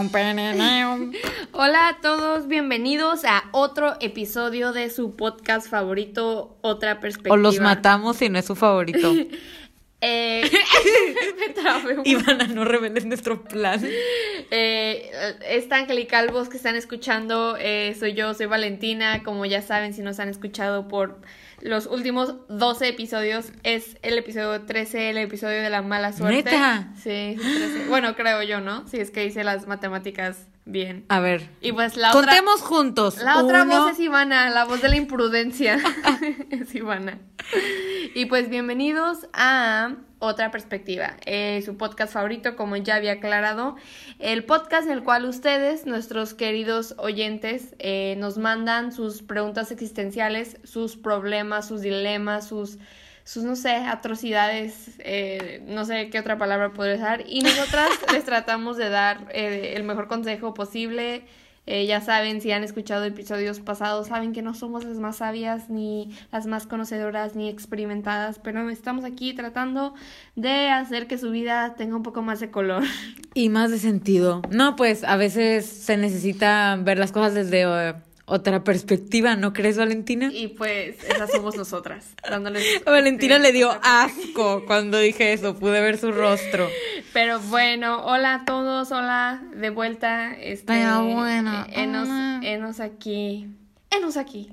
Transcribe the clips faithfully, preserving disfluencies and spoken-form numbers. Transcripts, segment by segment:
Hola a todos, bienvenidos a otro episodio de su podcast favorito, Otra Perspectiva. O los matamos si no es su favorito. eh, me trabé. Ivana, no reveles nuestro plan. Eh, esta angelical voz que están escuchando, eh, soy yo, soy Valentina. Como ya saben, si nos han escuchado por los últimos doce episodios, es el episodio trece, el episodio de la mala suerte. ¿Neta? Sí, trece. Bueno, creo yo, ¿no? Si es que hice las matemáticas bien. A ver. Y pues la Contemos otra, juntos. La otra Uno. voz es Ivana, la voz de la imprudencia. Es Ivana. Y pues bienvenidos a Otra Perspectiva, eh, su podcast favorito, como ya había aclarado. El podcast en el cual ustedes, nuestros queridos oyentes, eh, nos mandan sus preguntas existenciales, sus problemas, sus dilemas, sus... sus, no sé, atrocidades, eh, no sé qué otra palabra podría usar, y nosotras les tratamos de dar eh, el mejor consejo posible. Eh, ya saben, si han escuchado episodios pasados, saben que no somos las más sabias, ni las más conocedoras, ni experimentadas, pero estamos aquí tratando de hacer que su vida tenga un poco más de color. Y más de sentido. No, pues a veces se necesita ver las cosas desde uh, otra perspectiva, ¿no crees, Valentina? Y pues esas somos nosotras, dándoles... A Valentina este, le dio asco cuando dije eso, pude ver su rostro. Pero bueno, hola a todos, hola de vuelta. Este, Pero bueno, eh, enos, hola. enos aquí, enos aquí.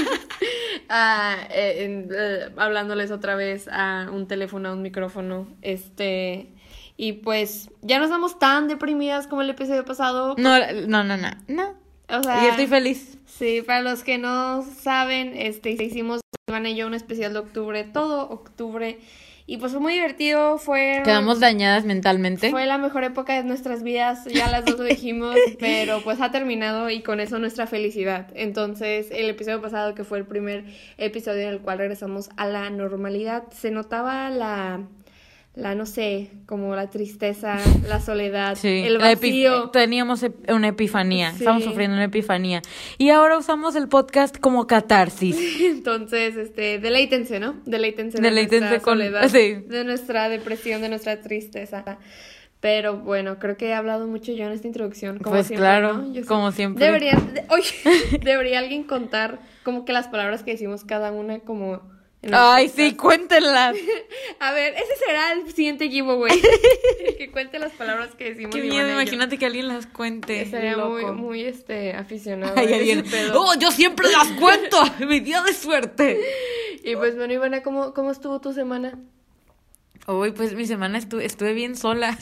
ah, eh, en, eh, hablándoles otra vez a un teléfono, a un micrófono, este... Y pues ya no estamos tan deprimidas como el episodio pasado. No, no, no, no, no. O sea, Y estoy feliz. Sí, para los que no saben, este, hicimos, Ivana y yo, un especial de octubre, todo octubre, y pues fue muy divertido, fue... Quedamos dañadas mentalmente. Fue la mejor época de nuestras vidas, ya las dos lo dijimos, pero pues ha terminado y con eso nuestra felicidad. Entonces, el episodio pasado, que fue el primer episodio en el cual regresamos a la normalidad, se notaba la... la, no sé, como la tristeza, la soledad, Sí, el vacío. epi- teníamos ep- una epifanía, Sí. estábamos sufriendo una epifanía. Y ahora usamos el podcast como catarsis. Entonces, este, deleítense, ¿no? Deleítense de Deleítense nuestra con- soledad, sí. de nuestra depresión, de nuestra tristeza. Pero bueno, creo que he hablado mucho yo en esta introducción. Como Pues siempre, claro, ¿no? Yo como sé- siempre. Debería, de- oye, debería alguien contar como que las palabras que decimos cada una como... en el Ay, podcast. sí, cuéntenlas. A ver, ese será el siguiente giveaway. Que cuente las palabras que decimos. Qué Ivana miedo, y yo. imagínate que alguien las cuente. Estaría muy, loco. muy este, aficionado. Ay, a ese alguien, pedo. oh, yo siempre las cuento. Mi día de suerte. Y pues bueno, Ivana, ¿cómo, cómo estuvo tu semana? Uy, pues mi semana estuve, estuve bien sola.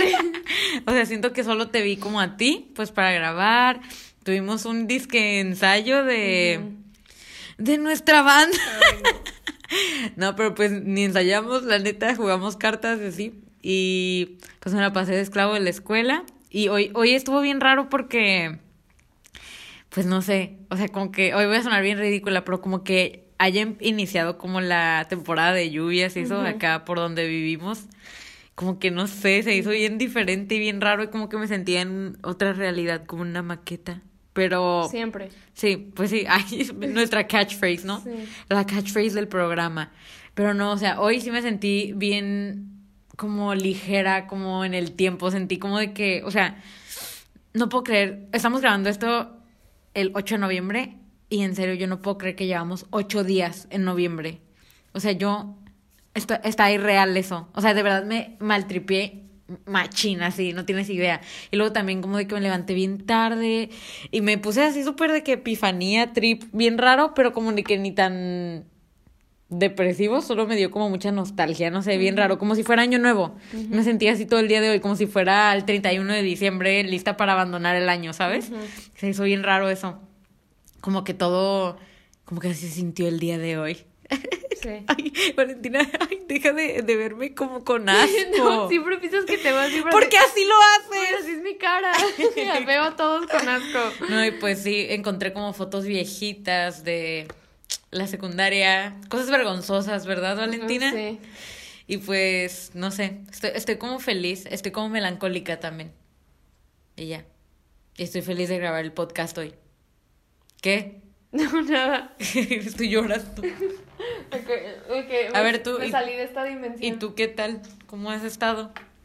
O sea, siento que solo te vi como a ti, pues para grabar. Tuvimos un disque ensayo de, Ujú. de nuestra banda. Ay, no. No, pero pues ni ensayamos, la neta, jugamos cartas y así. Y pues me la pasé de esclavo de la escuela. Y hoy, hoy estuvo bien raro porque, pues no sé, o sea, como que hoy voy a sonar bien ridícula, pero como que haya iniciado como la temporada de lluvias y eso, Ujú. acá por donde vivimos. Como que no sé, se hizo bien diferente y bien raro y como que me sentía en otra realidad, como una maqueta. Pero Siempre. sí, pues sí, ay, nuestra catchphrase, ¿no? Sí. La catchphrase del programa. Pero no, o sea, hoy sí me sentí bien como ligera, como en el tiempo. Sentí como de que, o sea, no puedo creer. Estamos grabando esto el ocho de noviembre y en serio yo no puedo creer que llevamos ocho días en noviembre. O sea, yo, esto, está irreal eso. O sea, de verdad me maltripié machina, así, no tienes idea. Y luego también como de que me levanté bien tarde y me puse así súper de que epifanía, trip, bien raro, pero como de que ni tan depresivo, solo me dio como mucha nostalgia, no sé, bien Ujú. raro, como si fuera año nuevo. Ujú. Me sentía así todo el día de hoy, como si fuera el treinta y uno de diciembre, lista para abandonar el año, ¿sabes? Ujú. Se hizo bien raro eso. Como que todo, como que así se sintió el día de hoy. Sí. Ay, Valentina, ay, deja de, de verme como con asco. No, siempre piensas que te vas siempre. ¿Por qué así lo Pues haces? así es mi cara. Veo a todos con asco. No, y pues sí, encontré como fotos viejitas de la secundaria, cosas vergonzosas, ¿verdad, Valentina? Sí. Y pues, no sé, estoy, estoy como feliz, estoy como melancólica también. Y ya. Y estoy feliz de grabar el podcast hoy. ¿Qué? No, nada. Estoy llorando. Okay, okay, A me- ver, tú, Me y- salí de esta dimensión. ¿Y tú qué tal? ¿Cómo has estado?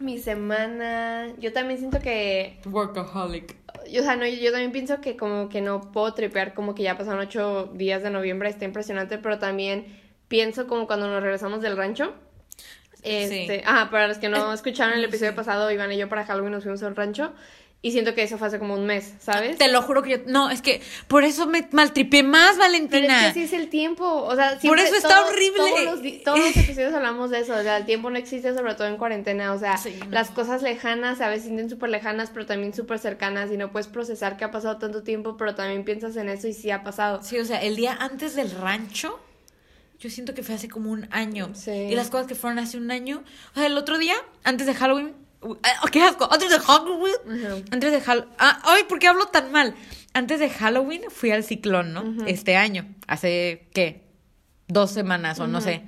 Mi semana, yo también siento que... Workaholic. Yo, o sea, no, yo también pienso que como que no puedo tripear como que ya pasaron ocho días de noviembre, está impresionante, pero también pienso como cuando nos regresamos del rancho. Este, sí. Ajá, para los que no escucharon el episodio sí. pasado, Iván y yo para Halloween nos fuimos al rancho. Y siento que eso fue hace como un mes, ¿sabes? Te lo juro que yo... No, es que por eso me maltripié más, Valentina. Pero es que así es el tiempo. O sea, siempre, por eso está todo, horrible. Todos los, todos los episodios hablamos de eso. O sea, el tiempo no existe, sobre todo en cuarentena. O sea, sí, no. Las cosas lejanas a veces sienten súper lejanas, pero también súper cercanas. Y no puedes procesar que ha pasado tanto tiempo, pero también piensas en eso y sí ha pasado. Sí, o sea, el día antes del rancho... Yo siento que fue hace como un año. Sí. Y las cosas que fueron hace un año... O sea, el otro día, antes de Halloween... ¡Qué asco! Antes de Halloween... Uh-huh. Antes de Halloween... Ah, ¡ay! ¿Por qué hablo tan mal? Antes de Halloween fui al Ciclón, ¿no? Uh-huh. Este año. Hace, ¿qué? Dos semanas o uh-huh. no sé.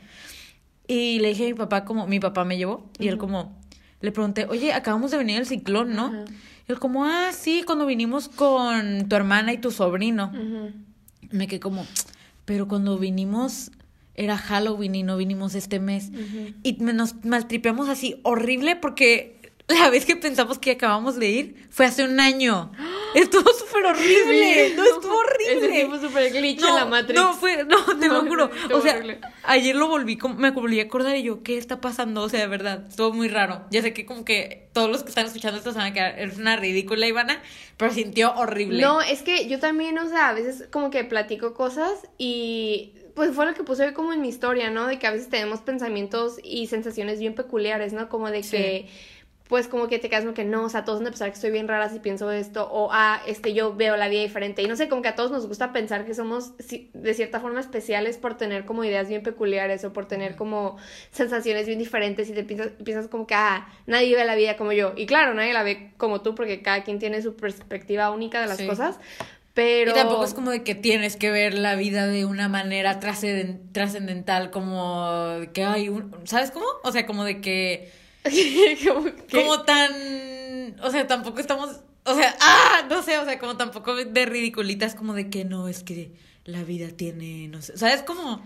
Y le dije a mi papá como... Mi papá me llevó. Y uh-huh. él como... Le pregunté, oye, acabamos de venir al Ciclón, ¿no? Uh-huh. Y él como, ah, sí, cuando vinimos con tu hermana y tu sobrino. Uh-huh. Me quedé como... Pero cuando vinimos... Era Halloween y no vinimos este mes. Uh-huh. Y nos maltripeamos así horrible porque la vez que pensamos que acabamos de ir fue hace un año. Estuvo súper horrible. Sí, no, estuvo horrible. Ese tiempo súper glitch no, en la Matrix. No, fue, no, te no, lo juro. O sea, horrible. Ayer lo volví, me volví a acordar y yo, ¿qué está pasando? O sea, de verdad, estuvo muy raro. Ya sé que como que todos los que están escuchando esto se van a quedar, es una ridícula, Ivana, pero sintió horrible. No, es que yo también, o sea, a veces como que platico cosas y... Pues fue lo que puse hoy como en mi historia, ¿no? De que a veces tenemos pensamientos y sensaciones bien peculiares, ¿no? Como de que, sí. Pues como que te quedas como que no, o sea, todos van a pensar que estoy bien rara si pienso esto, o ah, este, yo veo la vida diferente. Y no sé, como que a todos nos gusta pensar que somos de cierta forma especiales por tener como ideas bien peculiares o por tener como sensaciones bien diferentes y te piensas, piensas como que, ah, nadie ve la vida como yo. Y claro, nadie la ve como tú porque cada quien tiene su perspectiva única de las sí. cosas. Pero... Y tampoco es como de que tienes que ver la vida de una manera trascendental, como que hay un... ¿Sabes cómo? O sea, como de que... ¿Cómo, como tan... O sea, tampoco estamos... O sea, ¡ah! No sé, o sea, como tampoco de ridiculitas, como de que no, es que la vida tiene... No sé, ¿sabes cómo?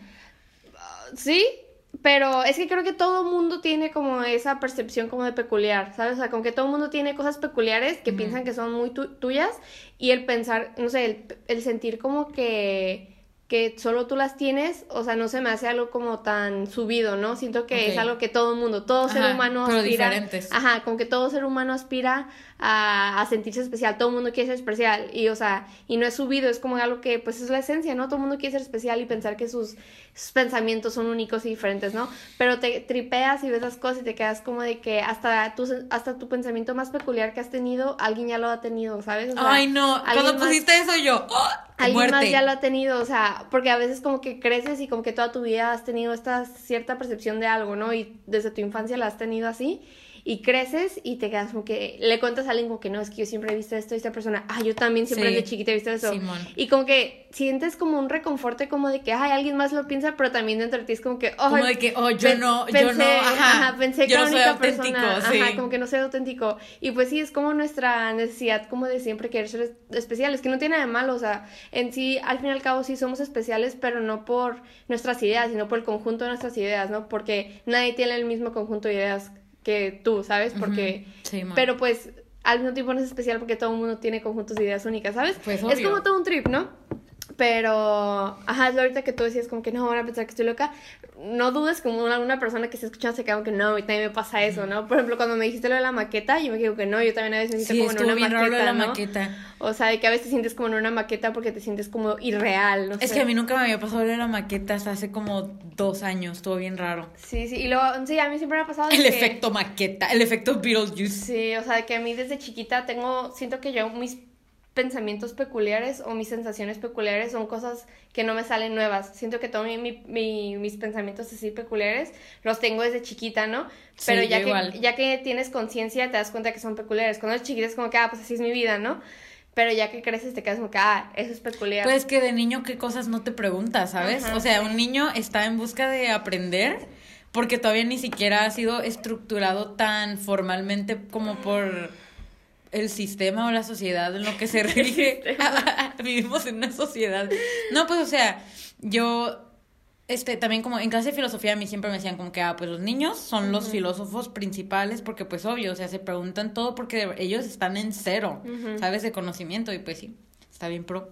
Uh, sí, pero es que creo que todo mundo tiene como esa percepción como de peculiar, ¿sabes? O sea, como que todo mundo tiene cosas peculiares que uh-huh. piensan que son muy tu- tuyas y el pensar, no sé, el, el sentir como que... que solo tú las tienes, o sea, no se me hace algo como tan subido, ¿no? Siento que okay. es algo que todo mundo, todo ajá, ser humano pero aspira... diferentes. Ajá, como que todo ser humano aspira a, a sentirse especial, todo el mundo quiere ser especial, y o sea, y no es subido, es como algo que, pues es la esencia, ¿no? Todo el mundo quiere ser especial y pensar que sus, sus pensamientos son únicos y diferentes, ¿no? Pero te tripeas y ves las cosas y te quedas como de que hasta tu, hasta tu pensamiento más peculiar que has tenido, alguien ya lo ha tenido, ¿sabes? O sea, ay, no, cuando más... pusiste eso yo... ¡Oh! Alguien Muerte. más ya lo ha tenido, o sea, porque a veces como que creces y como que toda tu vida has tenido esta cierta percepción de algo, ¿no? Y desde tu infancia la has tenido así, y creces y te quedas como que le cuentas a alguien como que no, es que yo siempre he visto esto y esta persona, ah, yo también siempre sí. desde chiquita he visto eso. Simón. Y como que sientes como un reconforte como de que, ay, alguien más lo piensa, pero también dentro de ti es como que, oh, como de que, oh, yo pe- no, pensé, yo no, ajá, ajá pensé que yo la no soy única auténtico, persona, sí. ajá, como que no soy auténtico. Y pues sí, es como nuestra necesidad como de siempre querer ser especiales, que no tiene nada de malo, o sea, en sí, al fin y al cabo sí somos especiales, pero no por nuestras ideas, sino por el conjunto de nuestras ideas, ¿no? Porque nadie tiene el mismo conjunto de ideas que tú, ¿sabes? Porque, uh-huh. sí, pero pues al mismo tiempo no es especial porque todo el mundo tiene conjuntos de ideas únicas, ¿sabes? Pues, es como todo un trip, ¿no? Pero, ajá, es lo ahorita que tú decías como que no, van a pensar que estoy loca. No dudes como una, una persona que esté escuchando se queda como que no, y también me pasa eso, ¿no? Por ejemplo, cuando me dijiste lo de la maqueta, yo me digo que no, yo también a veces me siento sí, como en una bien maqueta, raro la ¿no? maqueta. O sea, de que a veces te sientes como en una maqueta porque te sientes como irreal, no sé. Es que a mí nunca me había pasado lo de la maqueta hasta hace como dos años, estuvo bien raro. Sí, sí, y luego, sí, a mí siempre me ha pasado el que... efecto maqueta, el efecto Beetlejuice. Sí, o sea, de que a mí desde chiquita tengo, siento que yo mis pensamientos peculiares o mis sensaciones peculiares son cosas que no me salen nuevas. Siento que todos mi, mi, mi, mis pensamientos así peculiares los tengo desde chiquita, ¿no? Pero sí, ya, que, ya que tienes conciencia te das cuenta que son peculiares. Cuando eres chiquita es como que, ah, pues así es mi vida, ¿no? Pero ya que creces te quedas como que, ah, eso es peculiar. Pues que de niño qué cosas no te preguntas, ¿sabes? Ajá, o sea, sí. Un niño está en busca de aprender porque todavía ni siquiera ha sido estructurado tan formalmente como por... el sistema o la sociedad en lo que se rige. Vivimos en una sociedad. No, pues, o sea, yo este, también como en clase de filosofía a mí siempre me decían como que, ah, pues los niños son uh-huh. los filósofos principales porque pues obvio, o sea, se preguntan todo porque ellos están en cero, uh-huh. ¿sabes? De conocimiento y pues sí, está bien pro.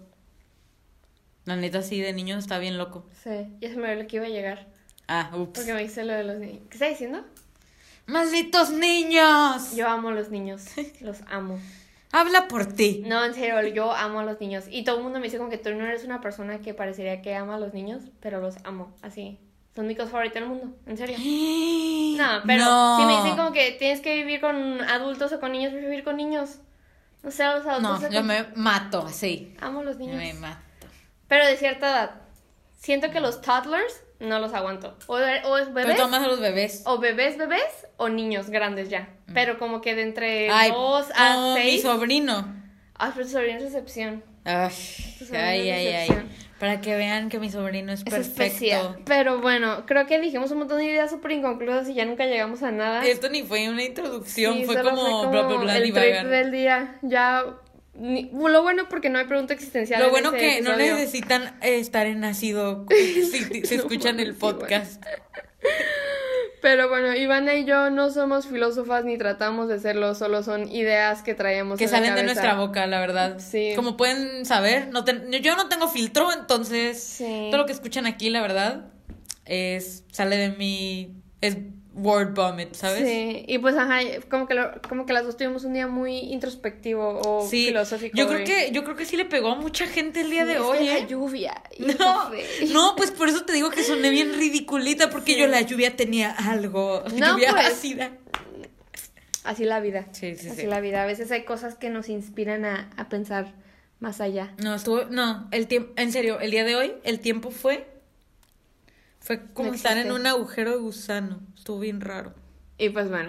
La neta sí, de niños está bien loco. Sí, ya se me ve lo que iba a llegar. Ah, ups. Porque me dice lo de los niños. ¿Qué está diciendo? ¡Malditos niños! Yo amo a los niños, los amo. Habla por ti. No, en serio, yo amo a los niños. Y todo el mundo me dice como que tú no eres una persona que parecería que ama a los niños, pero los amo, así. Son mi cosa favorita del mundo, en serio. No, pero no. si me dicen como que tienes que vivir con adultos o con niños, prefiero vivir con niños. O sea, los adultos... No, yo con... me mato, así. Amo a los niños. Me mato. Pero de cierta edad. Siento que los toddlers no los aguanto. O, o es bebés. Pero tomas a los bebés. O bebés, bebés, o niños grandes ya. Mm. Pero como que de entre ay, dos a no, seis. Mi sobrino. Ah, pero tu sobrino es recepción. Ay, ay, ay, ay. Para que vean que mi sobrino es, es perfecto. Especial. Pero bueno, creo que dijimos un montón de ideas súper inconclusas y ya nunca llegamos a nada. Esto ni fue una introducción, sí, fue, como fue como bla, bla, bla, el divagar. trip del día. Ya... Ni, lo bueno porque no hay pregunta existencial. Lo bueno en que episodio. No necesitan eh, estar en ácido si se escuchan el podcast. Pero bueno, Ivana y yo no somos filósofas ni tratamos de serlo, solo son ideas que traemos que en salen la cabeza. De nuestra boca, la verdad. Sí. Como pueden saber, no ten, yo no tengo filtro, entonces sí. Todo lo que escuchan aquí, la verdad, es sale de mi es word vomit, ¿sabes? Sí, y pues ajá, como que lo, como que las dos tuvimos un día muy introspectivo o sí, filosófico. Yo creo que yo creo que sí le pegó a mucha gente el día sí, de hoy, es ¿eh? La lluvia. No, no, pues por eso te digo que soné bien ridiculita porque sí. Yo la lluvia tenía algo, no, lluvia pues, ácida. Así la vida. Sí, sí, así sí. la vida. A veces hay cosas que nos inspiran a, a pensar más allá. No, estuvo, no, el tiempo, en serio, el día de hoy el tiempo fue Fue como no estar en un agujero de gusano. Estuvo bien raro. Y pues bueno.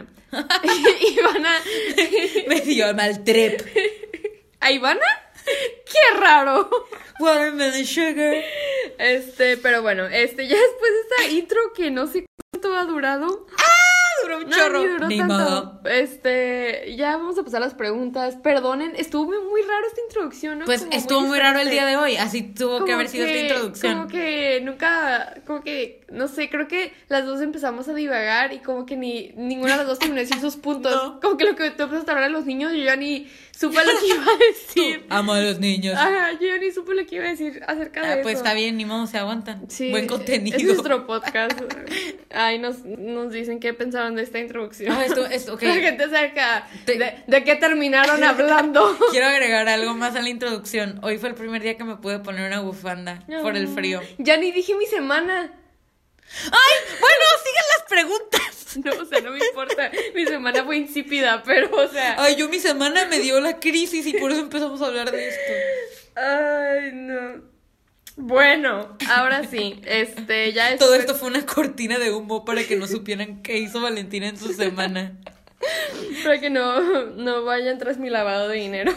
Ivana. Me dio mal trip. ¿A Ivana? ¡Qué raro! Watermelon sugar. Este, pero bueno, este, ya después de esta intro que no sé cuánto ha durado. ¡Ah! Duró un no, chorro. Ni duró ni tanto. Modo. Este, ya vamos a pasar a las preguntas. Perdonen, estuvo muy, muy raro esta introducción, ¿no? Pues como estuvo muy, muy raro el día de hoy. Así tuvo como que haber sido que, esta introducción. Como que nunca, como que, no sé, creo que las dos empezamos a divagar y como que ni ninguna de las dos terminó de decir sus puntos. No. Como que lo que tú empezaste a hablar de los niños, yo ya ni supe lo que iba a decir. Tú, amo a los niños. Ajá, yo ya ni supe lo que iba a decir acerca ah, de pues eso. está bien, ni modo, se aguantan. Sí, buen contenido. Es nuestro podcast. Ay, nos, nos dicen qué pensaron de esta introducción. Ah, esto, esto, okay. La gente acerca de, de, de qué terminaron hablando. Quiero agregar algo más a la introducción. Hoy fue el primer día que me pude poner una bufanda no, por el frío. Ya ni dije mi semana. ¡Ay! Bueno, sigan las preguntas. No, o sea, no me importa. Mi semana fue insípida, pero, o sea... Ay, yo mi semana me dio la crisis y por eso empezamos a hablar de esto. Ay, no. Bueno, ahora sí, este, ya después... Todo esto fue una cortina de humo para que no supieran qué hizo Valentina en su semana. Para que no, no vayan tras mi lavado de dinero.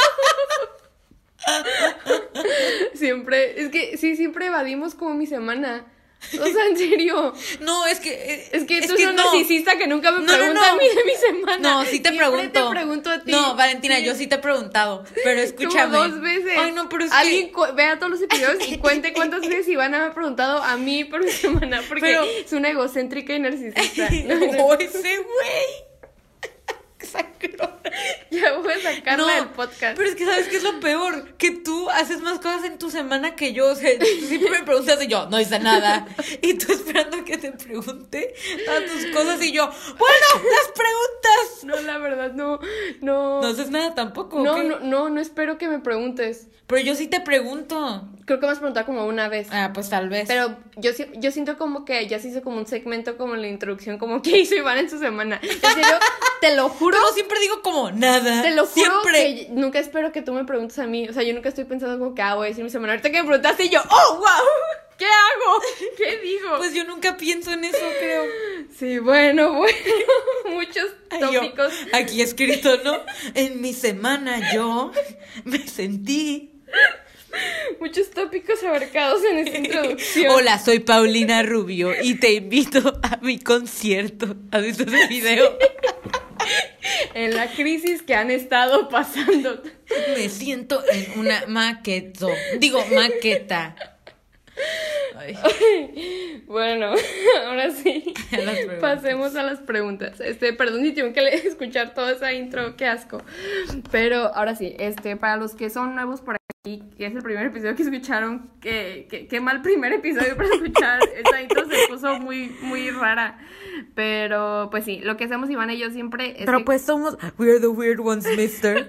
Siempre, es que sí, siempre evadimos como mi semana. O sea, en serio. No, es que... Es que es tú que eres un no. narcisista que nunca me no, pregunta no, no. a mí de mi semana. No, sí te Siempre pregunto. te pregunto a ti. No, Valentina, sí. yo sí te he preguntado. Pero escúchame. Como dos veces. Ay, no, pero es Alguien que... cu- vea todos los episodios y cuente cuántas veces Ivana me ha preguntado a mí por mi semana. Porque pero... es una egocéntrica y narcisista. No, ese güey. Sacro. Ya voy a sacarla no, del podcast. Pero es que ¿sabes qué es lo peor? Que tú haces más cosas en tu semana que yo. O sea, siempre me preguntas y yo no hice nada. Y tú esperando que te pregunte todas tus cosas y yo, bueno, las preguntas. No, la verdad, no, no. No haces nada tampoco. No, ¿okay? no, no, no espero que me preguntes. Pero yo sí te pregunto. Creo que me has preguntado como una vez. Ah, pues tal vez. Pero yo, yo siento como que ya se hizo como un segmento como en la introducción, como que hizo Iván en su semana. En serio, te lo juro. Pero siempre digo como nada. Te lo juro siempre. que nunca espero que tú me preguntes a mí. O sea, yo nunca estoy pensando como que, ah, voy a decir mi semana. Ahorita que me preguntaste y yo, oh, wow, ¿qué hago? ¿Qué digo? Pues yo nunca pienso en eso, creo. Sí, bueno, bueno. Muchos tópicos. Ay, yo, aquí escrito, ¿no? En mi semana yo me sentí... Muchos tópicos abarcados en esta introducción. Hola, soy Paulina Rubio y te invito a mi concierto. ¿Has visto ese video? En la crisis que han estado pasando. Me siento en una maqueto. Digo, maqueta. Ay. Bueno, ahora sí. Pasemos a las preguntas. Este, perdón si tengo que escuchar toda esa intro, qué asco. Pero ahora sí, este, para los que son nuevos por aquí, que es el primer episodio que escucharon, que, que, qué mal primer episodio para escuchar. Esa intro se puso muy, muy rara. Pero, pues sí, lo que hacemos Ivana y yo siempre es Pero que... pues somos we're the weird ones, mister.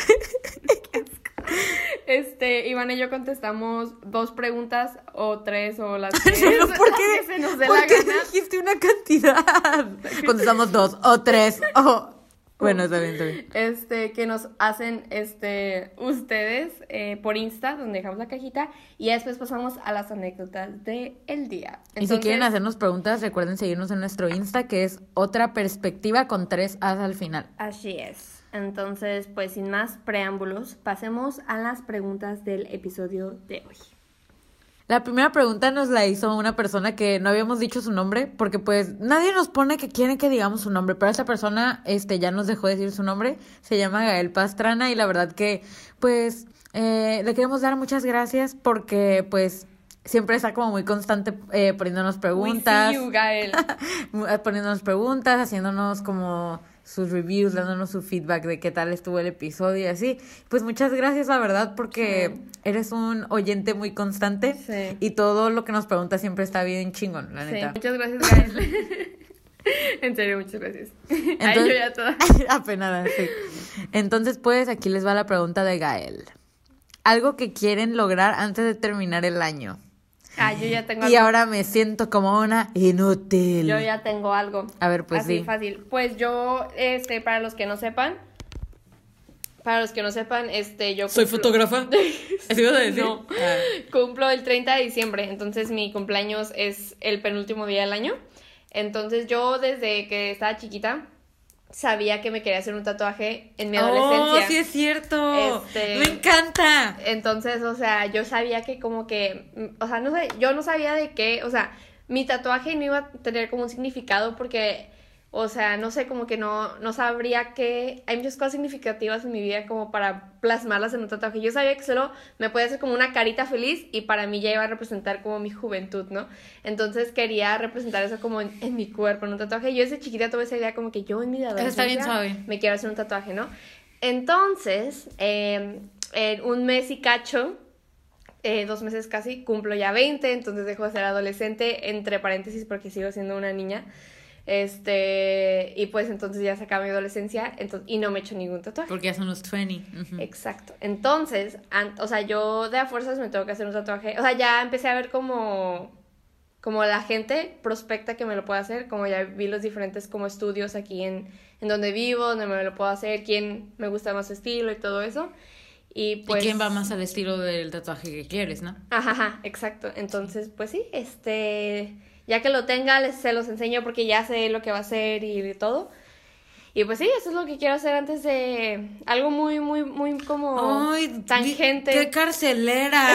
Este, Iván y yo contestamos dos preguntas o tres o las que, no, ¿por qué? que se nos dé ¿Por la qué gana. dijiste una cantidad? Contestamos dos o tres o... Bueno, está bien, está bien. Este, que nos hacen este ustedes eh, por Insta, donde dejamos la cajita, y ya después pasamos a las anécdotas del día. Entonces, y si quieren hacernos preguntas, recuerden seguirnos en nuestro Insta, que es Otra Perspectiva con tres As al final. Así es. Entonces, pues sin más preámbulos, pasemos a las preguntas del episodio de hoy. La primera pregunta nos la hizo una persona que no habíamos dicho su nombre, porque pues nadie nos pone que quieren que digamos su nombre, pero esta persona este, ya nos dejó decir su nombre, se llama Gael Pastrana, y la verdad que pues eh, le queremos dar muchas gracias porque pues siempre está como muy constante eh, poniéndonos preguntas. We see you, Gael. Poniéndonos preguntas, haciéndonos como sus reviews, dándonos su feedback de qué tal estuvo el episodio y así. Pues muchas gracias, la verdad, porque sí. Eres un oyente muy constante, sí. Y todo lo que nos preguntas siempre está bien chingón, la sí. neta. Muchas gracias, Gael. En serio, muchas gracias. Entonces, ay, yo ya toda. Apenada, sí. Entonces, pues, aquí les va la pregunta de Gael. Algo que quieren lograr antes de terminar el año. Ah, yo ya tengo y algo. ahora me siento como una inútil. Yo ya tengo algo. A ver, pues así sí. fácil. Pues yo, este, para los que no sepan, para los que no sepan, este, yo ¿Soy cumplo... fotógrafa? ¿Eso ibas a decir? No, ah. Cumplo el treinta de diciembre, entonces mi cumpleaños es el penúltimo día del año. Entonces yo desde que estaba chiquita sabía que me quería hacer un tatuaje en mi adolescencia. ¡Oh, sí es cierto! Este, ¡Me encanta! Entonces, o sea, yo sabía que como que, o sea, no sé, yo no sabía de qué, o sea, mi tatuaje no iba a tener como un significado porque, o sea, no sé, como que no, no sabría que hay muchas cosas significativas en mi vida como para plasmarlas en un tatuaje. Yo sabía que solo me podía hacer como una carita feliz y para mí ya iba a representar como mi juventud, ¿no? Entonces quería representar eso como en, en mi cuerpo, en un tatuaje. Yo desde chiquita tuve esa idea como que yo en mi adolescencia está bien suave. Me quiero hacer un tatuaje, ¿no? Entonces, eh, en un mes y cacho, eh, dos meses casi, cumplo ya veinte, entonces dejo de ser adolescente, entre paréntesis, porque sigo siendo una niña. Este, y pues entonces ya se acaba mi adolescencia, entonces, y no me he hecho ningún tatuaje. Porque ya son los veinte. Uh-huh. Exacto. Entonces, an, o sea, yo de a fuerzas me tengo que hacer un tatuaje. O sea, ya empecé a ver como, como la gente prospecta que me lo puede hacer, como ya vi los diferentes como estudios aquí en, en donde vivo, donde me lo puedo hacer, quién me gusta más su estilo y todo eso. Y pues... ¿Y quién va más al estilo del tatuaje que quieres, no? Ajá, ajá, exacto. Entonces, pues sí, este... Ya que lo tenga, les, se los enseño porque ya sé lo que va a hacer y todo. Y pues sí, eso es lo que quiero hacer antes de... Algo muy, muy, muy como ¡ay, tangente! ¡Qué carcelera!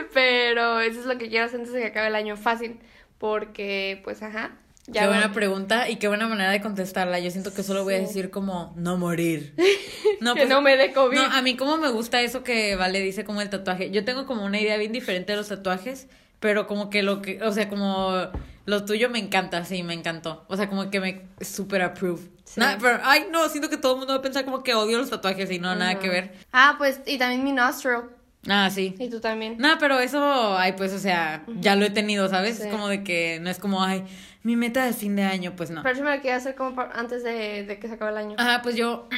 Pero eso es lo que quiero hacer antes de que acabe el año. Fácil. Porque, pues, ajá. Ya qué buena voy. Pregunta y qué buena manera de contestarla. Yo siento que solo voy a decir como no morir. No, que pues, no me dé COVID. No, a mí como me gusta eso que Vale dice como el tatuaje. Yo tengo como una idea bien diferente de los tatuajes, pero como que lo que, o sea, como lo tuyo me encanta, sí, me encantó. O sea, como que me super approve. Sí. Nah, pero, ay, no, siento que todo el mundo va a pensar como que odio los tatuajes y no, uh-huh. nada que ver. Ah, pues, y también mi nostril. Ah, sí. Y tú también. No, pero eso, ay, pues, o sea, uh-huh. ya lo he tenido, ¿sabes? Sí. Es como de que no es como, ay, mi meta de fin de año, pues no. Pero yo me lo quiero hacer como por, antes de, de que se acabe el año. Ajá, pues yo,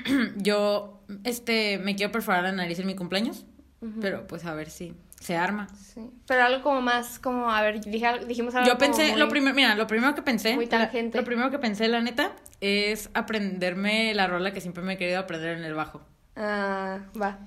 yo, este, me quiero perforar la nariz en mi cumpleaños, uh-huh. pero pues a ver si se arma. Sí. Pero algo como más, como, a ver, dije, dijimos algo Yo pensé, como muy, lo primero, mira, lo primero que pensé, muy tangente. La, lo primero que pensé, la neta, es aprenderme la rola que siempre me he querido aprender en el bajo. Ah, uh, va.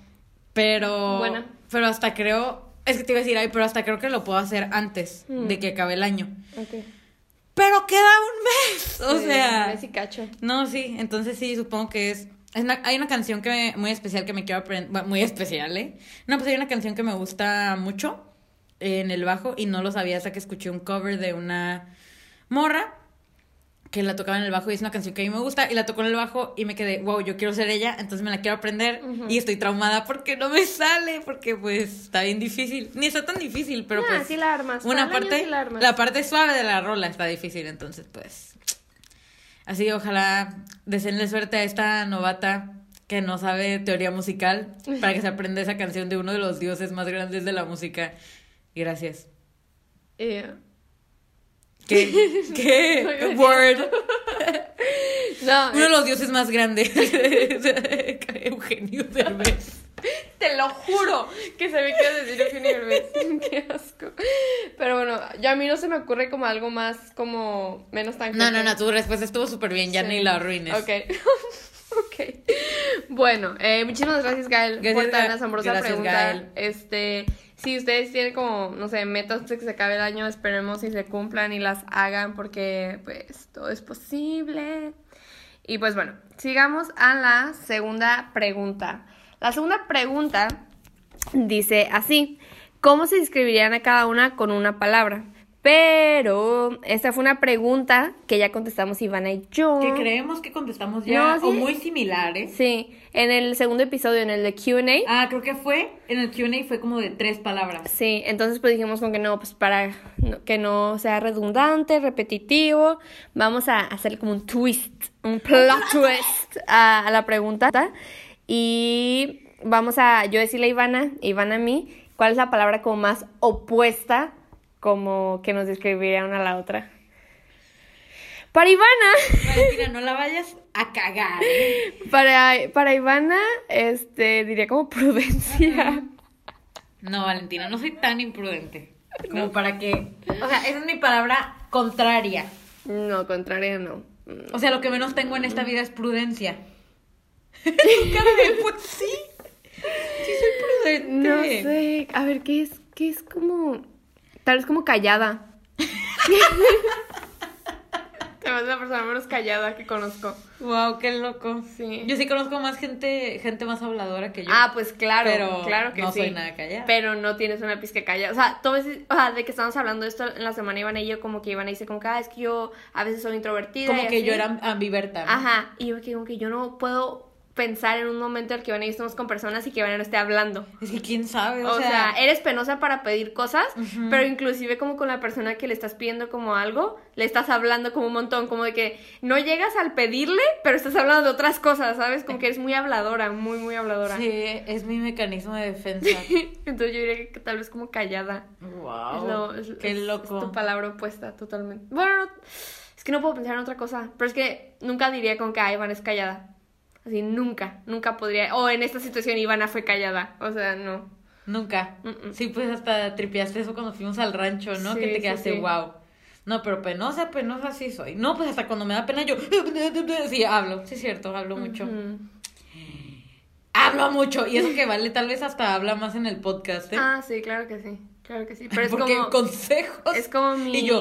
Pero, bueno. pero hasta creo, es que te iba a decir, ay, pero hasta creo que lo puedo hacer antes mm. de que acabe el año. Okay. Pero queda un mes, o sí, sea. Un mes y cacho. No, sí, entonces sí, supongo que es... es una, hay una canción que me, muy especial que me quiero aprender, bueno, muy especial, ¿eh? No, pues hay una canción que me gusta mucho en el bajo y no lo sabía hasta que escuché un cover de una morra que la tocaba en el bajo y es una canción que a mí me gusta y la tocó en el bajo y me quedé, wow, yo quiero ser ella, entonces me la quiero aprender uh-huh. y estoy traumada porque no me sale, porque pues está bien difícil, ni está tan difícil, pero nah, pues sí la armas. Una parte, sí la, armas. la parte suave de la rola está difícil, entonces pues así ojalá deseenle suerte a esta novata que no sabe teoría musical para que se aprenda esa canción de uno de los dioses más grandes de la música. Gracias. Yeah. ¿Qué? ¿Qué? Word. No, uno de los dioses más grandes. Eugenio Derbez. Te lo juro que se me queda decir Eugenio Derbez. Qué asco. Pero bueno, ya a mí no se me ocurre como algo más como menos tan... No, no, no, tu respuesta estuvo súper bien, ya sí. Ni la arruines. Ok. Ok. Bueno, eh, muchísimas gracias, Gael, gracias, por tan asombrosa gracias, pregunta. Gael. Este, si ustedes tienen como, no sé, metas antes de que se acabe el año, esperemos si se cumplan y las hagan porque, pues, todo es posible. Y pues bueno, sigamos a la segunda pregunta. La segunda pregunta dice así: ¿cómo se describirían a cada una con una palabra? Pero esta fue una pregunta que ya contestamos Ivana y yo. Que creemos que contestamos ya, no, ¿sí? O muy similares. Sí, en el segundo episodio, en el de Q and A. Ah, creo que fue, en el Q and A fue como de tres palabras. Sí, entonces pues dijimos como que no, pues para que no sea redundante, repetitivo, vamos a hacer como un twist, un plot twist a, a la pregunta. Y vamos a yo decirle a Ivana, Ivana a mí, cuál es la palabra como más opuesta como que nos describiría una a la otra. Para Ivana... Valentina, no la vayas a cagar. Para, para Ivana, este, diría como prudencia. No, Valentina, no soy tan imprudente. Como no. Para que... O sea, esa es mi palabra contraria. No, contraria no. O sea, lo que menos tengo en esta vida es prudencia. Cara de, pues sí. Sí soy prudente. No sé. A ver, ¿qué es? ¿Qué es como...? Tal vez como callada. Te vas a la persona menos callada que conozco. Wow, qué loco. Sí. Yo sí conozco más gente, gente más habladora que yo. Ah, pues claro, pero claro que no sí. soy nada callada. Pero no tienes una pizca callada. O sea, todo ese, o sea, de que estábamos hablando de esto en la semana, Ivana y yo, como que Ivana dice como que, ah, es que yo a veces soy introvertida. Como y que así. yo era ambiverta, ¿no? Ajá. Y yo que como que yo no puedo pensar en un momento en el que Ivana y yo estamos con personas y que Ivana no esté hablando. Es que quién sabe, o, o sea... sea, eres penosa para pedir cosas, uh-huh. pero inclusive como con la persona que le estás pidiendo como algo, le estás hablando como un montón, como de que no llegas al pedirle, pero estás hablando de otras cosas, ¿sabes? Como que eres muy habladora, muy, muy habladora. Sí, es mi mecanismo de defensa. Entonces yo diría que tal vez como callada. Wow, es lo, es, qué es, loco. Es tu palabra opuesta, totalmente. Bueno, no, es que no puedo pensar en otra cosa, pero es que nunca diría con que, ah, Ivana es callada. Así, nunca, nunca podría... O en esta situación Ivana fue callada, o sea, no. Nunca. Mm-mm. Sí, pues hasta tripeaste eso cuando fuimos al rancho, ¿no? Sí, que te quedaste, sí, sí. Wow. No, pero penosa, penosa sí soy. No, pues hasta cuando me da pena yo... Sí, hablo, sí es cierto, hablo mucho. Uh-huh. Hablo mucho, y eso que vale, tal vez hasta habla más en el podcast, ¿eh? Ah, sí, claro que sí. Claro que sí, pero es porque como... consejos. Es como mi... Y yo...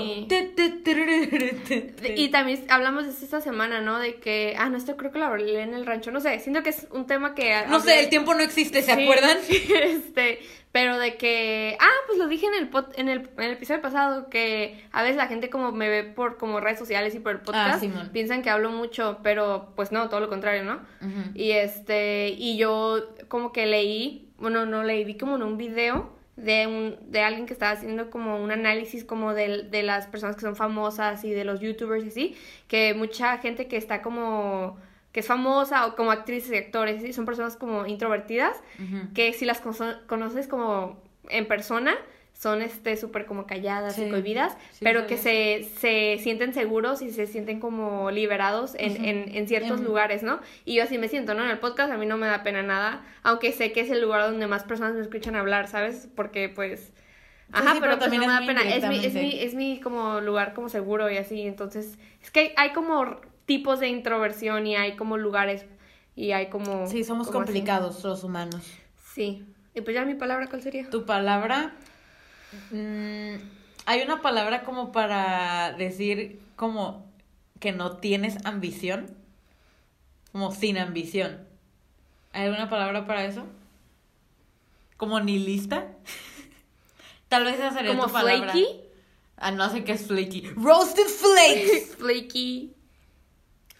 Y también hablamos de esto esta semana, ¿no? De que... Ah, no, esto creo que lo hablé en el rancho. No sé, siento que es un tema que... No hablé... sé, el tiempo no existe, ¿se sí, acuerdan? Este... Pero de que... Ah, pues lo dije en el, pod, en, el, en el episodio pasado, que a veces la gente como me ve por como redes sociales y por el podcast, ah, Simón. Piensan que hablo mucho, pero pues no, todo lo contrario, ¿no? Uh-huh. Y este... Y yo como que leí... Bueno, no leí, vi como en un video... de un de alguien que estaba haciendo como un análisis como de, de las personas que son famosas y de los youtubers y así, que mucha gente que está como que es famosa o como actrices y actores, ¿sí? Son personas como introvertidas, uh-huh. que si las con- conoces como en persona son este súper como calladas sí. y cohibidas, sí, pero sí, que sí. Se, se sienten seguros y se sienten como liberados en, uh-huh. en, en ciertos uh-huh. lugares, ¿no? Y yo así me siento, ¿no? En el podcast a mí no me da pena nada, aunque sé que es el lugar donde más personas me escuchan hablar, ¿sabes? Porque pues... Ajá, sí, pero, pero pues no me da pena, es mi, es, mi, es mi como lugar como seguro y así, entonces... Es que hay, hay como tipos de introversión y hay como lugares y hay como... Sí, somos como complicados así. Los humanos. Sí, y pues ya mi palabra, ¿cuál sería? Tu palabra... Mm, hay una palabra como para decir como que no tienes ambición, como sin ambición. ¿Hay alguna palabra para eso? ¿Como nihilista? Tal vez esa sería ¿como tu palabra. flaky? Ah, no sé qué es flaky. Roasted flakes. Flaky.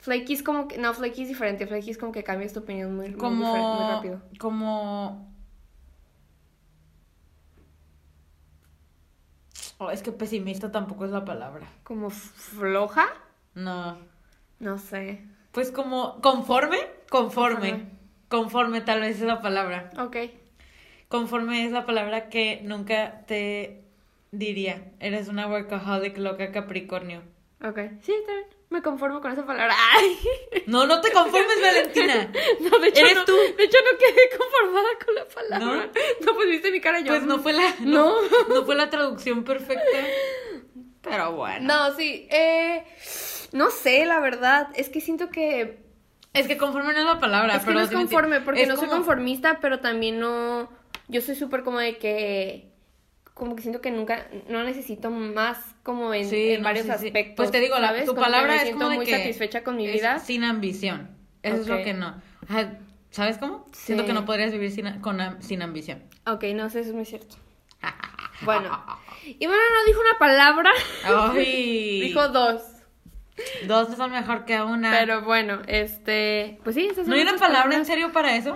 Flaky es como que... No, flaky es diferente. Flaky es como que cambias tu opinión muy, muy, Como... difer- muy rápido. Como... Oh, es que pesimista tampoco es la palabra. ¿Como floja? No. No sé. Pues como... ¿Conforme? Conforme. Conforme. Conforme tal vez es la palabra. Ok. Conforme es la palabra que nunca te diría. Eres una workaholic loca Capricornio. Ok. Sí, está bien. Me conformo con esa palabra. ¡Ay! No, no te conformes, Valentina. No, de hecho ¿Eres no, tú? De hecho no quedé conformada con la palabra. ¿No? No, pues viste mi cara yo. Pues no fue la... No. No, no fue la traducción perfecta. Pero bueno. No, sí. Eh, no sé, la verdad. Es que siento que... Es que conforme no es la palabra. Es que pero no es definitiv- conforme, porque es no soy como- conformista, pero también no... Yo soy súper como de que... Como que siento que nunca... No necesito más como en, Sí, en no, varios sí, sí. aspectos, Pues te digo, la, ¿sabes? tu Como que palabra me es siento como de muy que satisfecha con mi es vida. sin ambición. Eso es lo Ok. que no. Ajá, ¿sabes cómo? Siento Sí. que no podrías vivir sin, con, am- sin ambición. Ok, no sé, eso es muy cierto. Bueno. Y bueno, no dijo una palabra. Ay. Dijo dos. Dos son mejor que una. Pero bueno, este... Pues sí, esas son ¿No hay una nuestras palabra en palabras. serio para eso?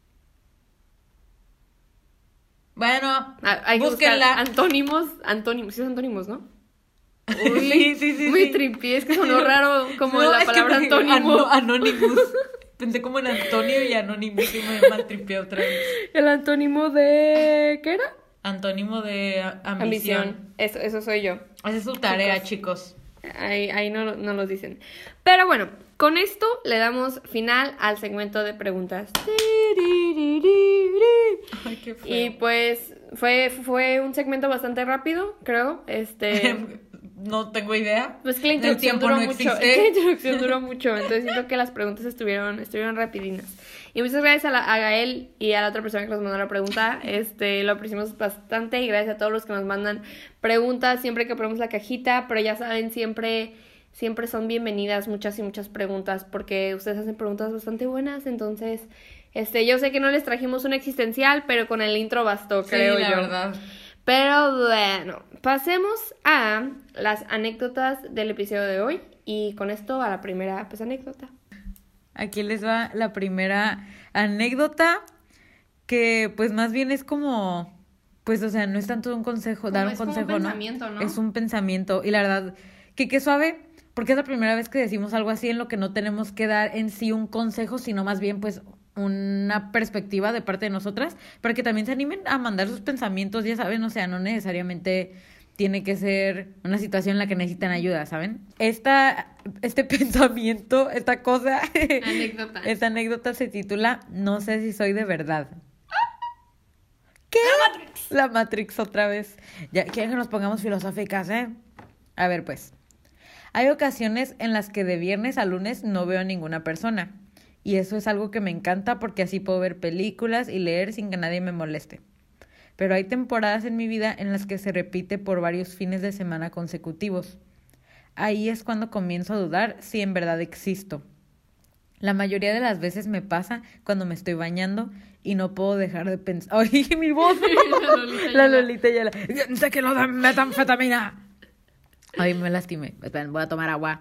Bueno, Ah, hay que buscar búsquenla. antónimos. Antónimos, sí, son antónimos, ¿no? Sí, sí, sí, Muy sí. trippy, es que sonó raro como No, la es que palabra me- antónimo. ano- Anonymous. Pensé como en Antonio y Anonymous y me maltripié otra vez. El antónimo de... ¿Qué era? Antónimo de a- ambición. Ambición. Eso, eso soy yo. Esa es su tarea, Chicos. chicos. Ahí, ahí no, no los dicen. Pero bueno, con esto le damos final al segmento de preguntas. Ay, qué feo. Y pues fue, fue un segmento bastante rápido, creo. Este... No tengo idea. Pues que la El introducción tiempo duró no mucho. existe. Es que la introducción duró mucho. Entonces siento que las preguntas estuvieron, estuvieron rapidinas. Y muchas gracias a, la, a Gael y a la otra persona que nos mandó la pregunta. Este, lo apreciamos bastante. Y gracias a todos los que nos mandan preguntas siempre que ponemos la cajita. Pero ya saben, siempre, siempre son bienvenidas muchas y muchas preguntas. Porque ustedes hacen preguntas bastante buenas. Entonces, este, yo sé que no les trajimos una existencial, pero con el intro bastó, Sí, creo la yo. verdad. Pero bueno, pasemos a las anécdotas del episodio de hoy y con esto a la primera pues anécdota. Aquí les va la primera anécdota que pues más bien es como, pues o sea, no es tanto un consejo, dar un es como un consejo, ¿no? pensamiento, ¿no? Es un pensamiento y la verdad que qué suave, porque es la primera vez que decimos algo así en lo que no tenemos que dar en sí un consejo, sino más bien pues una perspectiva de parte de nosotras, para que también se animen a mandar sus pensamientos, ya saben, o sea, no necesariamente tiene que ser una situación en la que necesitan ayuda, ¿saben? Esta, este pensamiento, esta cosa, Anécdota. esta anécdota se titula No sé si soy de verdad. ¿Qué? La Matrix. La Matrix otra vez. Ya quieren que nos pongamos filosóficas, ¿eh? A ver, pues. Hay ocasiones en las que de viernes a lunes no veo a ninguna persona. Y eso es algo que me encanta porque así puedo ver películas y leer sin que nadie me moleste. Pero hay temporadas en mi vida en las que se repite por varios fines de semana consecutivos. Ahí es cuando comienzo a dudar si en verdad existo. La mayoría de las veces me pasa cuando me estoy bañando y no puedo dejar de pensar... ¡Ay, mi voz! La Lolita La Ayala. Lolita ya la... ¡Sé que lo dan metanfetamina! Ay, me lastimé. Esperen, voy a tomar agua.